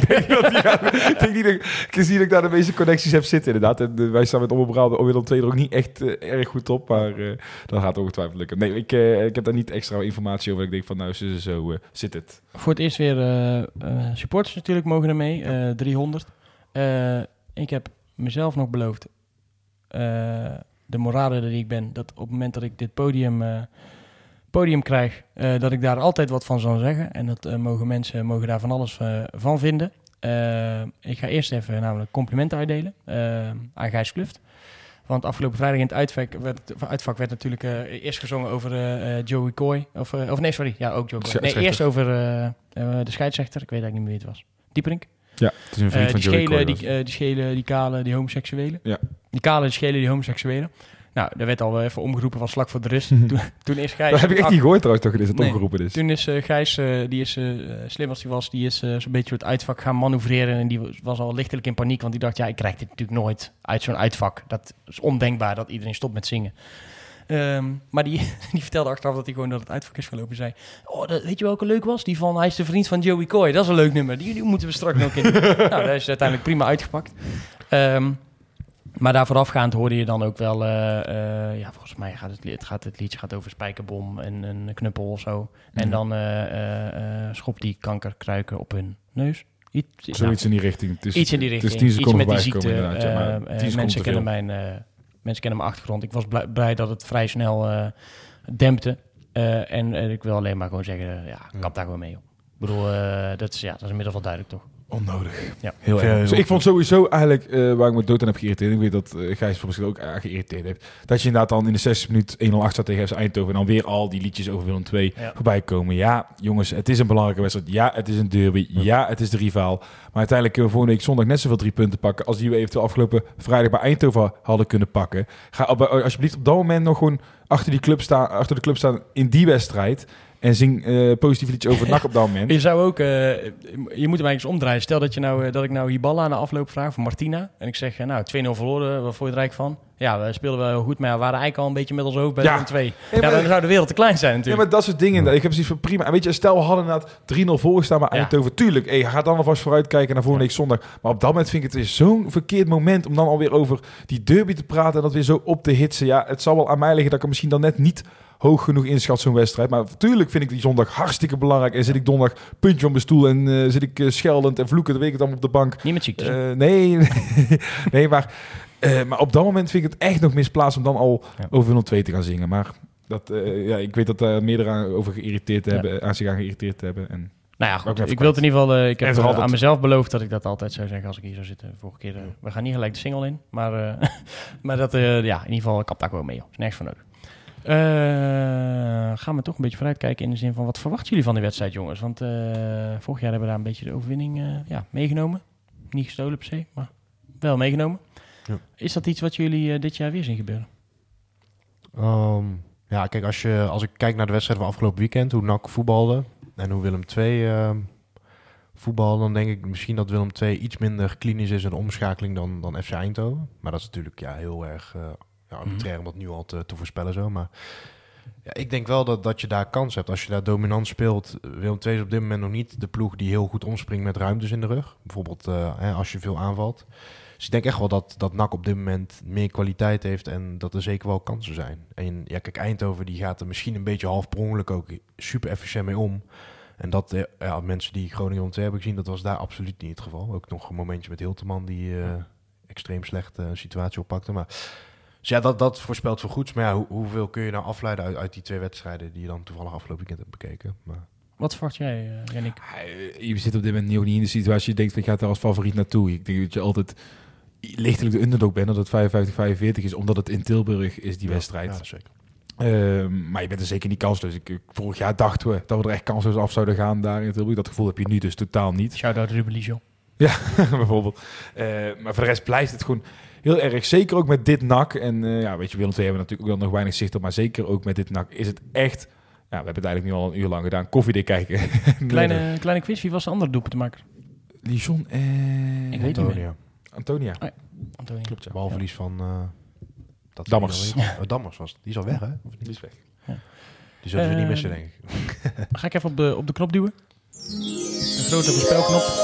Ik zie dat ik daar de meeste connecties heb zitten inderdaad. En wij staan met Omroep Brabant Willem II er ook niet echt erg goed op, maar dat gaat ongetwijfeld lukken. Nee, ik heb daar niet extra informatie over. Ik denk van nou, zo zit het. Voor het eerst weer supporters natuurlijk mogen er mee, 300. Ik heb mezelf nog beloofd, de morale die ik ben, dat op het moment dat ik dit podium krijg, dat ik daar altijd wat van zal zeggen. En dat mensen mogen daar van alles van vinden. Ik ga eerst even namelijk complimenten uitdelen aan Gijs Kluft. Want afgelopen vrijdag in het uitvak werd natuurlijk eerst gezongen over Joey Coy. Ook Joey Coy. Nee, eerst over de scheidsrechter. Ik weet eigenlijk niet meer wie het was. Dieperink. Ja, het is een vriend van Joey Coy. Die schelen, die kale, die homoseksuelen. Ja. Die kale, die schelen, die homoseksuelen. Nou, daar werd al even omgeroepen van slak voor de rust. Toen is Gijs... Dat heb ik echt niet gehoord trouwens, toch, dat het omgeroepen is. Toen is Gijs, die is slim als hij was, die is zo'n beetje het uitvak gaan manoeuvreren. En die was al lichtelijk in paniek, want die dacht, ik krijg dit natuurlijk nooit uit zo'n uitvak. Dat is ondenkbaar dat iedereen stopt met zingen. Maar die vertelde achteraf dat hij gewoon door het uitvak is gelopen en zei... weet je welke leuk was? Die van, hij is de vriend van Joey Coy. Dat is een leuk nummer. Die moeten we straks nog in. Nou, dat is uiteindelijk prima uitgepakt. Maar daar voorafgaand hoorde je dan ook wel... volgens mij gaat het liedje over spijkerbom en een knuppel of zo. Mm. En dan schopt die kankerkruiken op hun neus. Zoiets in die richting. Iets in die richting. Het is 10 seconden iets met die ziekte. Mensen kennen mensen kennen mijn achtergrond. Ik was blij dat het vrij snel dempte. En ik wil alleen maar gewoon zeggen... kap daar gewoon mee op. Ik bedoel, dat is inmiddels wel duidelijk, toch? Onnodig. Ja. Heel erg. Dus ik vond sowieso eigenlijk, waar ik me dood aan heb geïrriteerd, ik weet dat Gijs misschien ook geïrriteerd heeft, dat je inderdaad dan in de 60 minuut 1-0 achter staat tegen FC Eindhoven en dan weer al die liedjes over Willem II voorbij komen. Ja, jongens, het is een belangrijke wedstrijd. Ja, het is een derby. Ja, het is de rivaal. Maar uiteindelijk kunnen we volgende week zondag net zoveel 3 punten pakken als die we eventueel afgelopen vrijdag bij Eindhoven hadden kunnen pakken. Ga alsjeblieft op dat moment nog gewoon achter de club staan in die wedstrijd. En zing positief iets over NAC op dat moment. Je zou ook... je moet hem eigenlijk eens omdraaien. Stel dat ik nou Hiballa aan de afloop vraag voor Martina. En ik zeg, 2-0 verloren. Wat vond je er eigenlijk van? Ja, we speelden wel heel goed. Maar we waren eigenlijk al een beetje met ons hoofd bij de 2. Ja, dan zou de wereld te klein zijn natuurlijk. Ja, maar dat soort dingen. Ik heb precies van prima. En weet je, stel we hadden inderdaad 3-0 voorgestaan bij Eindhoven. Tuurlijk, ga dan alvast vooruit kijken naar volgende week zondag. Maar op dat moment vind ik het weer zo'n verkeerd moment om dan alweer over die derby te praten en dat weer zo op te hitsen. Ja, het zal wel aan mij liggen dat ik er misschien dan net niet hoog genoeg inschat zo'n wedstrijd. Maar natuurlijk vind ik die zondag hartstikke belangrijk. En zit ik donderdag puntje op mijn stoel en zit ik scheldend en vloekend, weet ik het allemaal op de bank. Niet met ziektes. Nee, maar op dat moment vind ik het echt nog misplaatst om dan al over Willem II te gaan zingen. Maar ik weet dat daar meerdere aan zich aan geïrriteerd hebben. En nou ja, goed. Ik wil het in ieder geval... ik heb aan mezelf beloofd dat ik dat altijd zou zeggen als ik hier zou zitten. Vorige keer, we gaan niet gelijk de single in. Maar, maar dat, in ieder geval kapt daar gewoon mee. Is nergens voor nodig. Gaan we toch een beetje vooruitkijken in de zin van... wat verwachten jullie van die wedstrijd, jongens? Want vorig jaar hebben we daar een beetje de overwinning meegenomen. Niet gestolen per se, maar wel meegenomen. Ja. Is dat iets wat jullie dit jaar weer zien gebeuren? Ja, kijk, als ik kijk naar de wedstrijd van afgelopen weekend... hoe NAC voetbalde en hoe Willem II voetbalde... dan denk ik misschien dat Willem II iets minder klinisch is in de omschakeling dan FC Eindhoven. Maar dat is natuurlijk heel erg... arbitrair om dat nu al te voorspellen zo. Maar ja, ik denk wel dat je daar kans hebt. Als je daar dominant speelt. Willem II is op dit moment nog niet de ploeg die heel goed omspringt met ruimtes in de rug. Bijvoorbeeld als je veel aanvalt. Dus ik denk echt wel dat NAC op dit moment meer kwaliteit heeft. En dat er zeker wel kansen zijn. En ja, kijk, Eindhoven die gaat er misschien een beetje half per ongeluk ook super efficiënt mee om. En dat mensen die Groningen Willem II hebben gezien, dat was daar absoluut niet het geval. Ook nog een momentje met Hilterman die extreem slecht situatie oppakte. Maar... Dus ja, dat voorspelt voor goeds. Maar ja, hoeveel kun je nou afleiden uit die 2 wedstrijden... die je dan toevallig afgelopen weekend hebt bekeken? Maar... Wat verwacht jij, Yannick? Je zit op dit moment niet in de situatie... je denkt, je gaat daar als favoriet naartoe. Ik denk dat je altijd lichtelijk de underdog bent... dat het 55-45 is, omdat het in Tilburg is, die wedstrijd. Ja, zeker. Maar je bent er zeker niet kansloos. Vorig jaar dachten we dat we er echt kansloos af zouden gaan daar in Tilburg. Dat gevoel heb je nu dus totaal niet. Shout-out Ruben Liesel. Ja, bijvoorbeeld. Maar voor de rest blijft het gewoon... heel erg, zeker ook met dit NAC. En weet je, Willem II hebben natuurlijk ook wel nog weinig zicht op. Maar zeker ook met dit NAC is het echt... Ja, we hebben het eigenlijk nu al een uur lang gedaan. Koffiedik kijken. Kleine quiz. Wie was de andere doelpuntenmaker? Lijon en... Ik weet niet meer. Antonia. Oh ja. Antonia. Klopt, ja. Balverlies van... Dammers. Dammers was het. Die is al weg, hè? Of niet? Die is weg. Ja. Die zullen we niet missen, denk ik. Ga ik even op de knop duwen. Een grote voorspelknop.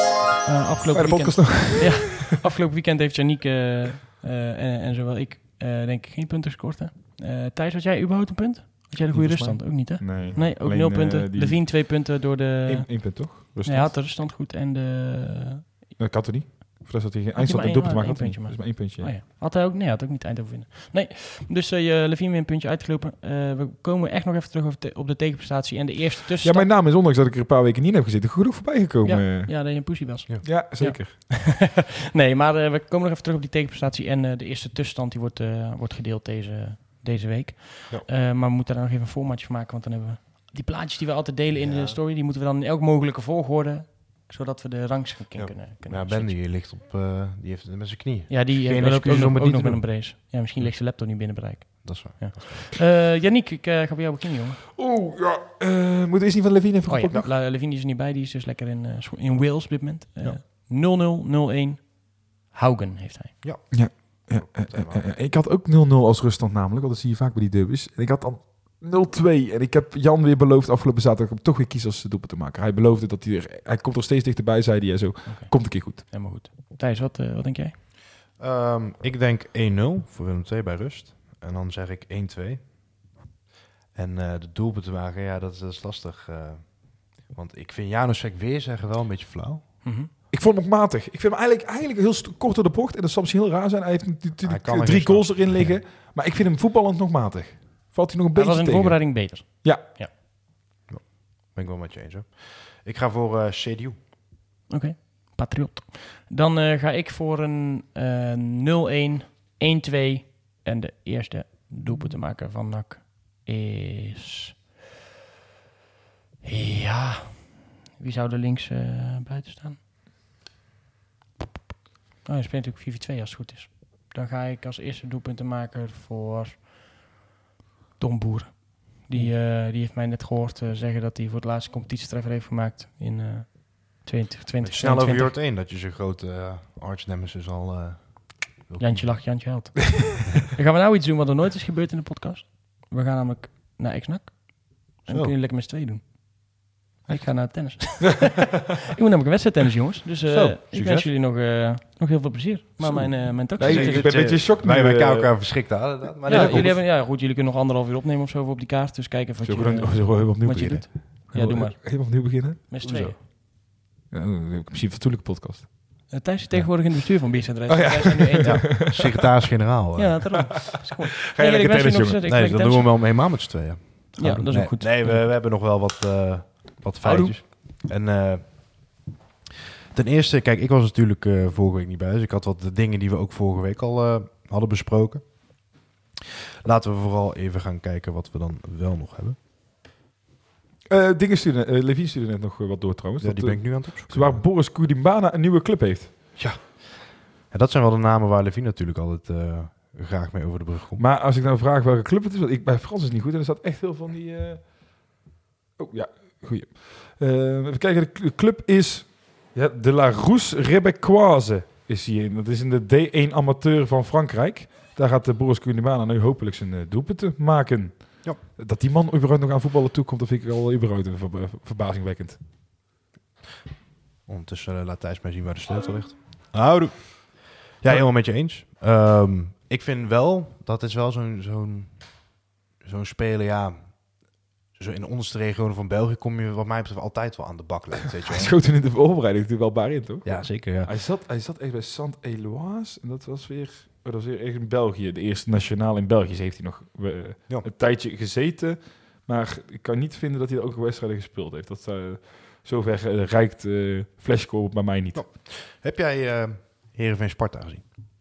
Afgelopen weekend heeft Yannick en zowel ik denk ik geen punten gescoord. Hè? Thijs, had jij überhaupt een punt? Had jij de goede ruststand? Ook niet, hè? Nee, ook 0 punten. Levine 2 punten door de... 1 punt, toch? Ruststand. Nee, hij had de ruststand goed en de... Ik had er niet. Of dat hij geen eindstand doelpunt gemaakt had. Dat is maar 1 puntje. Ja. Oh ja. Had hij ook? Nee, had ook niet Eindhoven winnen. Nee, dus Levine weer een puntje uitgelopen. We komen echt nog even terug op de tegenprestatie en de eerste tussenstap. Ja, mijn naam is, ondanks dat ik er een paar weken niet in heb gezeten, goed voorbij gekomen. Ja, dat je een poesie was. Ja, zeker. Ja. Nee, maar we komen nog even terug op die tegenprestatie en de eerste tussenstand die wordt gedeeld deze week. Ja. Maar we moeten daar nog even een formatje van maken, want dan hebben we die plaatjes die we altijd delen in de story, die moeten we dan in elk mogelijke volgorde, zodat we de rangschikking kunnen ja, Ben die ligt op, die heeft het met zijn knie. Ja, die heeft ook nog met een brace. Ja, misschien ligt zijn laptop niet binnen bereik. Dat is waar. Ja. Yannick, ik ga bij jou beginnen, jongen. Oeh, ja. Moet eerst niet van Levine even Levine is er niet bij, die is dus lekker in Wales op dit moment. 0-0, 0-1. Haugen heeft hij. Ja. Ik had ook 0-0 als ruststand namelijk, dat zie je vaak bij die derbies. En ik had dan 0-2. En ik heb Jan weer beloofd afgelopen zaterdag om toch weer kiezen als doelpunt te maken. Hij beloofde dat hij komt er steeds dichterbij, zei hij. Zo komt een keer goed. Helemaal goed. Thijs, wat denk jij? Ik denk 1-0 voor Willem II bij rust. En dan zeg ik 1-2. En de doelpunt te maken, ja, dat is lastig. Want ik vind Janusek weer zeggen wel een beetje flauw. Mm-hmm. Ik vond hem ook matig. Ik vind hem eigenlijk heel kort door de bocht. En dat zal misschien heel raar zijn. Hij heeft natuurlijk 3 goals erin liggen. Ja. Maar ik vind hem voetballend nog matig. Valt hij nog een beetje tegen? Hij was in de voorbereiding beter. Ja. Ben ik wel met je eens, hoor. Ik ga voor Cediu. Oké. Patriot. Dan ga ik voor een 0-1, 1-2. En de eerste doelpunt te maken van NAC is... Ja... Wie zou er links buiten staan? Oh, je speelt natuurlijk 4-4-2 als het goed is. Dan ga ik als eerste doelpuntenmaker voor Tom Boeren. Die heeft mij net gehoord zeggen dat hij voor het laatste competitietreffer heeft gemaakt in 2020. Snel over Jort 1 dat je zo'n grote arch-nemesis al... Jantje lacht, Jantje huilt. Dan gaan we nou iets doen wat er nooit is gebeurd in de podcast. We gaan namelijk naar ex-NAC. En dan kun je lekker met z'n tweeën doen. Ik ga naar tennis. Ik moet namelijk een wedstrijd tennis, jongens. Dus ik wens jullie nog heel veel plezier. Maar mijn taxi... Nee, ik ben een beetje shock. Wij elkaar verschrikt hadden. Maar jullie kunnen nog 1,5 uur opnemen of zo op die kaart. Dus kijken wat je doet. Ja, doe maar. Helemaal opnieuw beginnen? Met z'n tweeën. Ja, misschien een fatsoenlijke podcast. Thijs is tegenwoordig in het bestuur van Biercentrum. Oh, ja. Wij zijn nu 1. Secretaris-generaal. Ja, daarom. Dat is goed. Ga je lekker tennis, jongen? Nee, dan doen we wel helemaal met z'n tweeën. Ja, dat is ook goed. Nee, we hebben nog wel wat feitjes. En ten eerste, kijk, ik was natuurlijk vorige week niet bij. Dus ik had wat dingen die we ook vorige week al hadden besproken. Laten we vooral even gaan kijken wat we dan wel nog hebben. Levine stuurde net nog wat door trouwens. Ja, die ben ik nu aan het opzoeken. Waar Boris Koudimbana een nieuwe club heeft. Ja. En dat zijn wel de namen waar Levine natuurlijk altijd graag mee over de brug komt. Maar als ik nou vraag welke club het is, want ik bij Frans is niet goed en er staat echt heel van die... Oh ja, goeie. Even kijken, de club is de La Rousse Rebecquoise is hier in. Dat is in de D1 amateur van Frankrijk. Daar gaat Boris Koudimbana nu hopelijk zijn doelpunten maken. Ja. Dat die man überhaupt nog aan voetballen toekomt, dat vind ik al überhaupt verbazingwekkend. Ondertussen laat Thijs mij zien waar de sleutel ligt. Ja, helemaal met je eens. Ik vind wel, dat is wel zo'n speler, ja... Zo in de onderste regionen van België kom je wat mij betreft altijd wel aan de bak. Hij schoot toen in de voorbereiding natuurlijk wel in, toch? Ja, zeker. Ja. Hij zat echt bij Saint-Éloi en dat was weer echt in België. De eerste nationaal in België heeft hij nog een tijdje gezeten. Maar ik kan niet vinden dat hij er ook wedstrijden gespeeld heeft. Dat zover reikt flashscore bij mij niet. Ja. Heb jij Heerenveen Sparta gezien?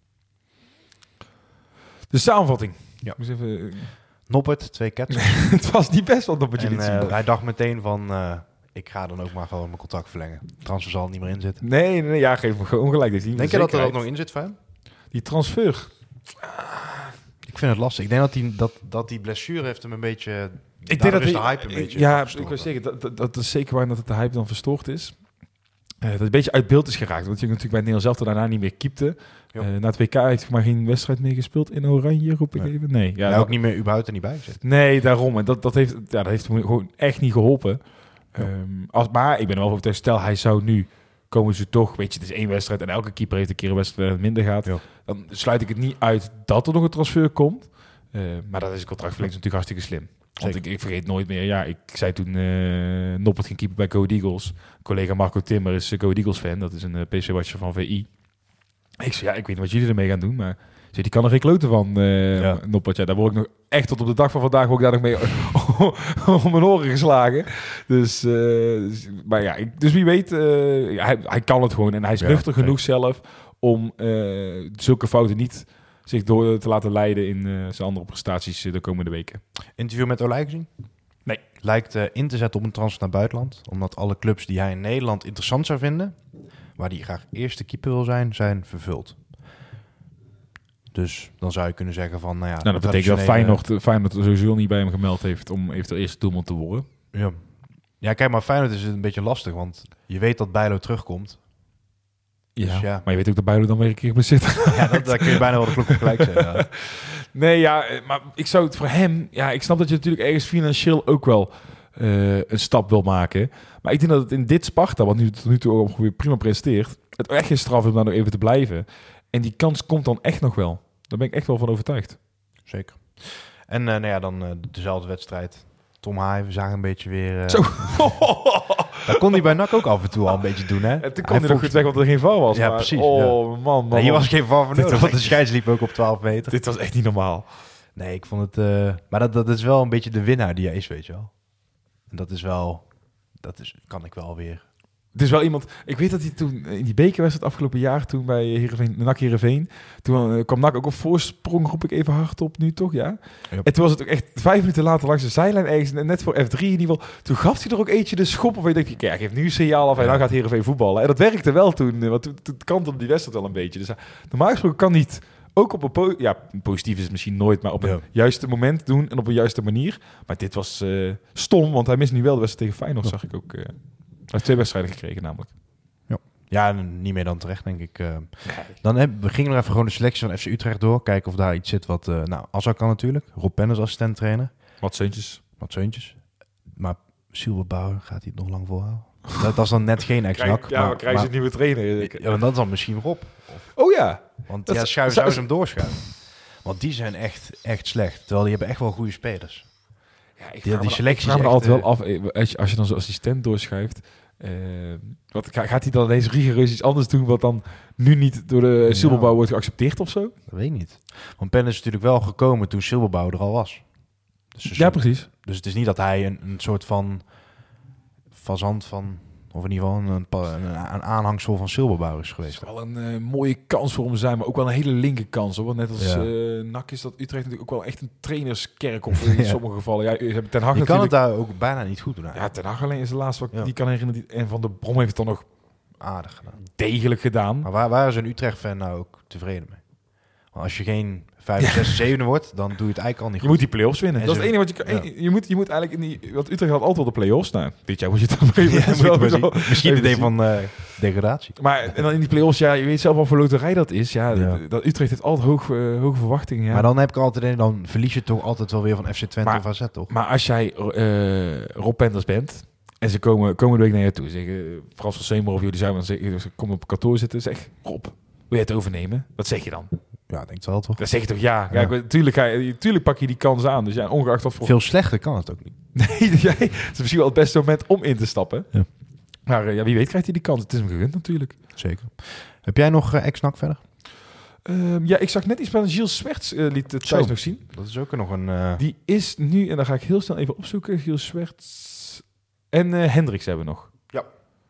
De samenvatting. Ja. Moet even... Noppert, 2 ketsers. Het was niet best wat Noppert je liet zien. Hij dacht meteen van, ik ga dan ook maar gewoon mijn contract verlengen. Transfer zal er niet meer in zitten. Nee, ja, geef me gewoon ongelijk. Denk je dat er ook nog in zit voor hem? Die transfer? Ik vind het lastig. Ik denk dat die blessure heeft hem een beetje... Ik denk dat de hype een beetje... Ja, ik wil zeggen, dat is zeker waar dat de hype dan verstoord is. Dat een beetje uit beeld is geraakt. Want je natuurlijk bij Nederland zelf daarna niet meer keepte. Na het WK heeft maar geen wedstrijd meer gespeeld in Oranje, roep ik even. Nee, ja, ook niet meer überhaupt er niet bij gezet. Nee, daarom. En dat heeft hem gewoon echt niet geholpen. Ja. Maar ik ben wel overtuigd, stel hij zou nu komen ze toch, weet je, het is 1 wedstrijd en elke keeper heeft een keer een wedstrijd minder gaat. Ja. Dan sluit ik het niet uit dat er nog een transfer komt. Maar dat is een contractverlenging natuurlijk hartstikke slim. Want ik vergeet nooit meer, ja, ik zei toen Noppert ging keeper bij Go Ahead Eagles. Collega Marco Timmer is Go Ahead Eagles fan, dat is een PC-watcher van VI. Ik zei, ja, ik weet niet wat jullie ermee gaan doen, maar die kan er geen kloten van, Noppert. Ja, daar word ik nog echt tot op de dag van vandaag ook daar nog mee om mijn oren geslagen. Dus maar ja, dus wie weet, hij kan het gewoon en hij is nuchter genoeg zelf om zulke fouten niet zich door te laten leiden in zijn andere prestaties de komende weken. Interview met Olij gezien? Nee. Lijkt in te zetten op een transfer naar buitenland. Omdat alle clubs die hij in Nederland interessant zou vinden, waar hij graag eerste keeper wil zijn vervuld. Dus dan zou je kunnen zeggen van... Nou, dat betekent dat Feyenoord sowieso niet bij hem gemeld heeft om eventueel eerste doelman te worden. Ja, kijk, maar Feyenoord is het een beetje lastig, want je weet dat Bijlo terugkomt. Ja, dus maar je weet ook dat Bijlo dan weer een keer bezit. Ja, daar kun je bijna wel de klok op gelijk zetten. Ja. Nee, ja, maar ik zou het voor hem... Ja, ik snap dat je natuurlijk ergens financieel ook wel een stap wil maken. Maar ik denk dat het in dit Sparta, wat nu tot nu toe ook weer prima presteert, het echt geen straf is om daar nog even te blijven. En die kans komt dan echt nog wel. Daar ben ik echt wel van overtuigd. Zeker. En dan dezelfde wedstrijd. Tom Haaien, we zagen een beetje weer... Zo. Dat kon hij bij NAC ook af en toe al een beetje doen, hè? En toen kon hij nog goed weg, want er geen VAR was. Ja, maar, precies. Oh, man. Nee, hier was geen VAR voor nodig, want de scheids liep ook op 12 meter. Dit was echt niet normaal. Nee, ik vond het... maar dat is wel een beetje de winnaar die hij is, weet je wel. En kan ik wel weer Het is wel iemand... Ik weet dat hij toen in die bekerwedstrijd afgelopen jaar... toen bij NAC Heerenveen... toen kwam NAC ook op voorsprong, roep ik even hardop nu toch, ja? Yep. En toen was het ook echt 5 minuten later langs de zijlijn ergens... net voor F3 in ieder geval... Toen gaf hij er ook eentje de schop... of je denkt, kijk, geef nu een signaal af... en dan gaat Heerenveen voetballen. En dat werkte wel toen... want toen kantelde die wedstrijd wel een beetje. Dus normaal gesproken kan niet... Ook op een positief is het misschien nooit... maar op een juiste moment doen... en op een juiste manier. Maar dit was stom... want hij mist nu wel de wedstrijd tegen Feyenoord... zag ik ook... Hij heeft 2 wedstrijden gekregen namelijk. Ja, niet meer dan terecht, denk ik. We gingen nog even gewoon de selectie van FC Utrecht door. Kijken of daar iets zit wat... Azar kan natuurlijk. Rob Pen als assistent-trainer. Mats Seuntjes. Maar Silberbouwer, gaat hij het nog lang volhouden? Dat is dan net geen ex-NAC. Ja, krijgen ze een nieuwe trainer. Ja, maar dat is dan misschien Rob. Oh ja. Want zou ze hem doorschuiven. Want die zijn echt slecht. Terwijl die hebben echt wel goede spelers. Ja, die selectie is altijd wel af. Als je dan zo'n assistent doorschuift... gaat hij dan ineens rigoureus iets anders doen... wat dan nu niet door de Silberbouw wordt geaccepteerd of zo? Dat weet ik niet. Want Pen is natuurlijk wel gekomen toen Silberbouw er al was. Dus precies. Dus het is niet dat hij een soort van fazant van... of in ieder geval een aanhangsel van Silberbouw is geweest. Het is wel een mooie kans voor hem zijn, maar ook wel een hele linker kans. Hoor. Want net als NAC is dat Utrecht natuurlijk ook wel echt een trainerskerkhof in sommige gevallen. Ja, Ten Hag die kan het daar ook bijna niet goed doen. Ja, Ten Hag alleen is de laatste wat die kan herinneren. En Van der Brom heeft het dan nog aardig gedaan. Degelijk gedaan. Maar waar is een Utrecht-fan nou ook tevreden mee? Want als je geen 5, 6, 7 wordt, dan doe je het eigenlijk al niet goed. Je moet die play-offs winnen. En dat is het enige wat je kan. Je moet eigenlijk in die... Want Utrecht had altijd wel de play-offs. Nou, dit jaar moet je het dan misschien het idee van degradatie. Maar en dan in die play-offs, je weet zelf wat voor loterij dat is. Dat Utrecht heeft altijd hoge verwachtingen. Ja. Maar dan heb ik altijd dan verlies je toch altijd wel weer van FC Twente of AZ, toch? Maar als jij Rob Penders bent en ze komen de week naar je toe, zeggen Frans van Seymour of jullie zijn dan zeggen, ze komen op kantoor zitten, zeg Rob, wil je het overnemen? Wat zeg je dan? Ja, ik denk het wel, toch? Dan zeg je toch ja. Tuurlijk pak je die kans aan. Dus ongeacht wat voor... Veel slechter kan het ook niet. Nee, het is misschien wel het beste moment om in te stappen. Ja. Maar wie weet krijgt hij die kans. Het is hem gegund natuurlijk. Zeker. Heb jij nog ex-NAC verder? Ik zag net iets van Gilles Zwerts liet het thuis nog zien. Dat is ook nog een... Die is nu, en dan ga ik heel snel even opzoeken, Gilles Zwerts en Hendricks hebben we nog. Ja.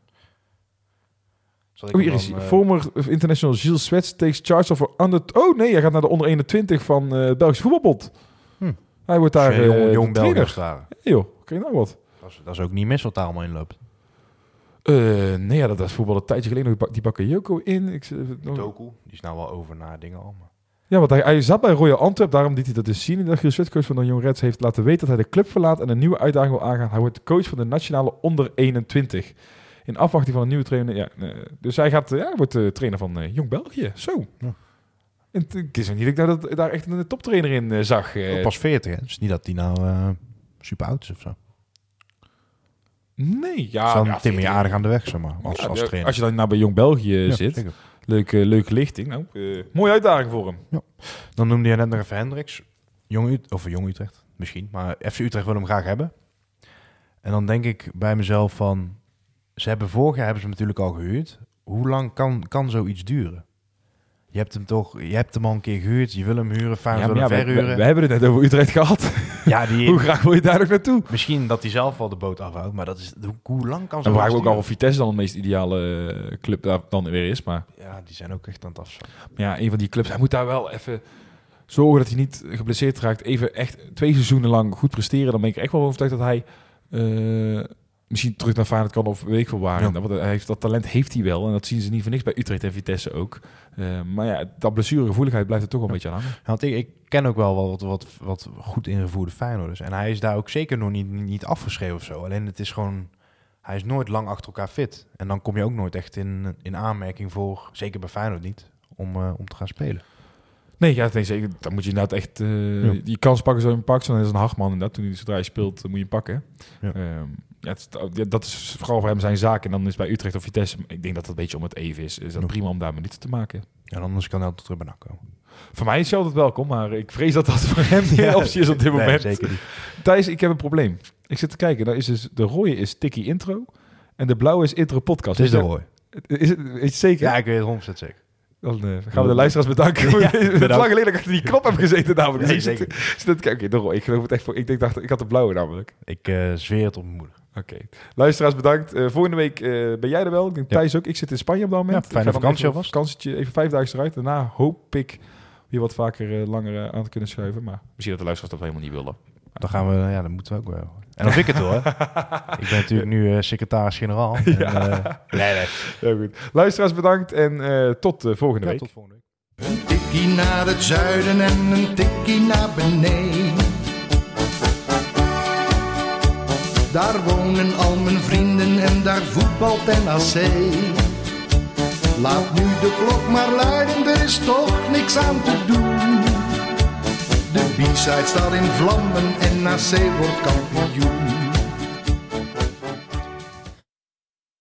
Hier is hij. Former international Gilles Zwerts takes charge of under... Oh nee, hij gaat naar de onder 21 van het Belgisch Voetbalbond. Hij wordt daar jong Belgisch. Joh, kijk nou wat. Dat is ook niet mis wat daar allemaal in loopt. Nee, dat is voetbal een tijdje geleden nog die Bakayoko in. Doku, die is nou wel over naar dingen allemaal. Ja, want hij zat bij Royal Antwerp, daarom liet hij dat dus zien. Dat Gilles Zwerts, coach van de Young Reds, heeft laten weten dat hij de club verlaat en een nieuwe uitdaging wil aangaan. Hij wordt de coach van de nationale onder 21. In afwachting van een nieuwe trainer. Ja, dus hij wordt trainer van Jong België. Zo. Ja. En het is niet dat ik daar echt een toptrainer in zag. Pas 40, hè? Dus niet dat hij nou super oud is of zo. Nee, Zo'n Timmy aardig aan de weg, zeg maar, als trainer. Als je dan nou bij Jong België zit. Leuke lichting. Nou, mooie uitdaging voor hem. Ja. Dan noemde je net nog even Hendricks. Jong Utrecht, misschien. Maar FC Utrecht wil hem graag hebben. En dan denk ik bij mezelf van... vorig jaar hebben ze hem natuurlijk al gehuurd. Hoe lang kan zoiets duren? Je hebt hem al een keer gehuurd. Je wil hem huren, Feyenoord wil hem verhuren. We hebben het net over Utrecht gehad. Ja, hoe graag wil je daar nog naartoe? Misschien dat hij zelf wel de boot afhoudt. Maar dat is, hoe lang kan zoiets duren? En we ook al of Vitesse dan de meest ideale club daar dan weer is. Maar ja, die zijn ook echt aan het afzakken. Ja, een van die clubs. Hij moet daar wel even zorgen dat hij niet geblesseerd raakt. Even echt 2 seizoenen lang goed presteren. Dan ben ik echt wel overtuigd dat hij... misschien terug naar Feyenoord kan of weet ik veel waar. Ja. Want dat talent heeft hij wel. En dat zien ze niet voor niks bij Utrecht en Vitesse ook. Maar ja, dat blessuregevoeligheid blijft er toch wel een beetje aan hangen. Ja, want ik ken ook wel wat goed ingevoerde Feyenoorders. En hij is daar ook zeker nog niet afgeschreven of zo. Alleen het is gewoon... Hij is nooit lang achter elkaar fit. En dan kom je ook nooit echt in aanmerking voor... Zeker bij Feyenoord niet. Om te gaan spelen. Nee, zeker. Dan moet je inderdaad echt... die kans pakken zo je hem pakt. Zo is een Hagman inderdaad. Toen hij zodra je speelt, moet je hem pakken. Ja. Dat is vooral voor hem zijn zaak. En dan is bij Utrecht of Vitesse... Ik denk dat het een beetje om het even is. Is dat prima om daar minuten te maken. Ja, anders kan hij altijd terug bij NAC komen. Voor mij is hij altijd welkom. Maar ik vrees dat voor hem geen optie is op dit moment. Nee, zeker niet. Thijs, ik heb een probleem. Ik zit te kijken. Daar is dus, de rode is Tikkie Intro. En de blauwe is Intro Podcast. Het is de rode. Is het zeker? Ja, ik weet het 100% zeker. Dan gaan we de luisteraars bedanken. Ja, het is lang geleden dat ik achter die knop heb gezeten namelijk. Nee, zeker. Ik geloof het echt voor. Ik dacht, ik had de blauwe namelijk. Ik zweer het op mijn moeder. Oké. Luisteraars, bedankt. Volgende week ben jij er wel. Ik denk Thijs ook. Ik zit in Spanje op dat moment. Fijne vakantie alvast. Vakantietje, even 5 dagen eruit. Daarna hoop ik weer wat vaker langer aan te kunnen schuiven. Maar misschien dat de luisteraars dat helemaal niet willen. Dan gaan we, dat moeten we ook wel. En of ik het hoor. Ik ben natuurlijk nu secretaris-generaal. Ja. Nee. Heel goed. Luisteraars, bedankt en tot volgende week. Tot volgende week. Een tikkie naar het zuiden en een tikkie naar beneden. Daar wonen al mijn vrienden en daar voetbalt NAC. Laat nu de klok maar luiden, er is toch niks aan te doen. De B-side staat in vlammen en NAC wordt kampioen.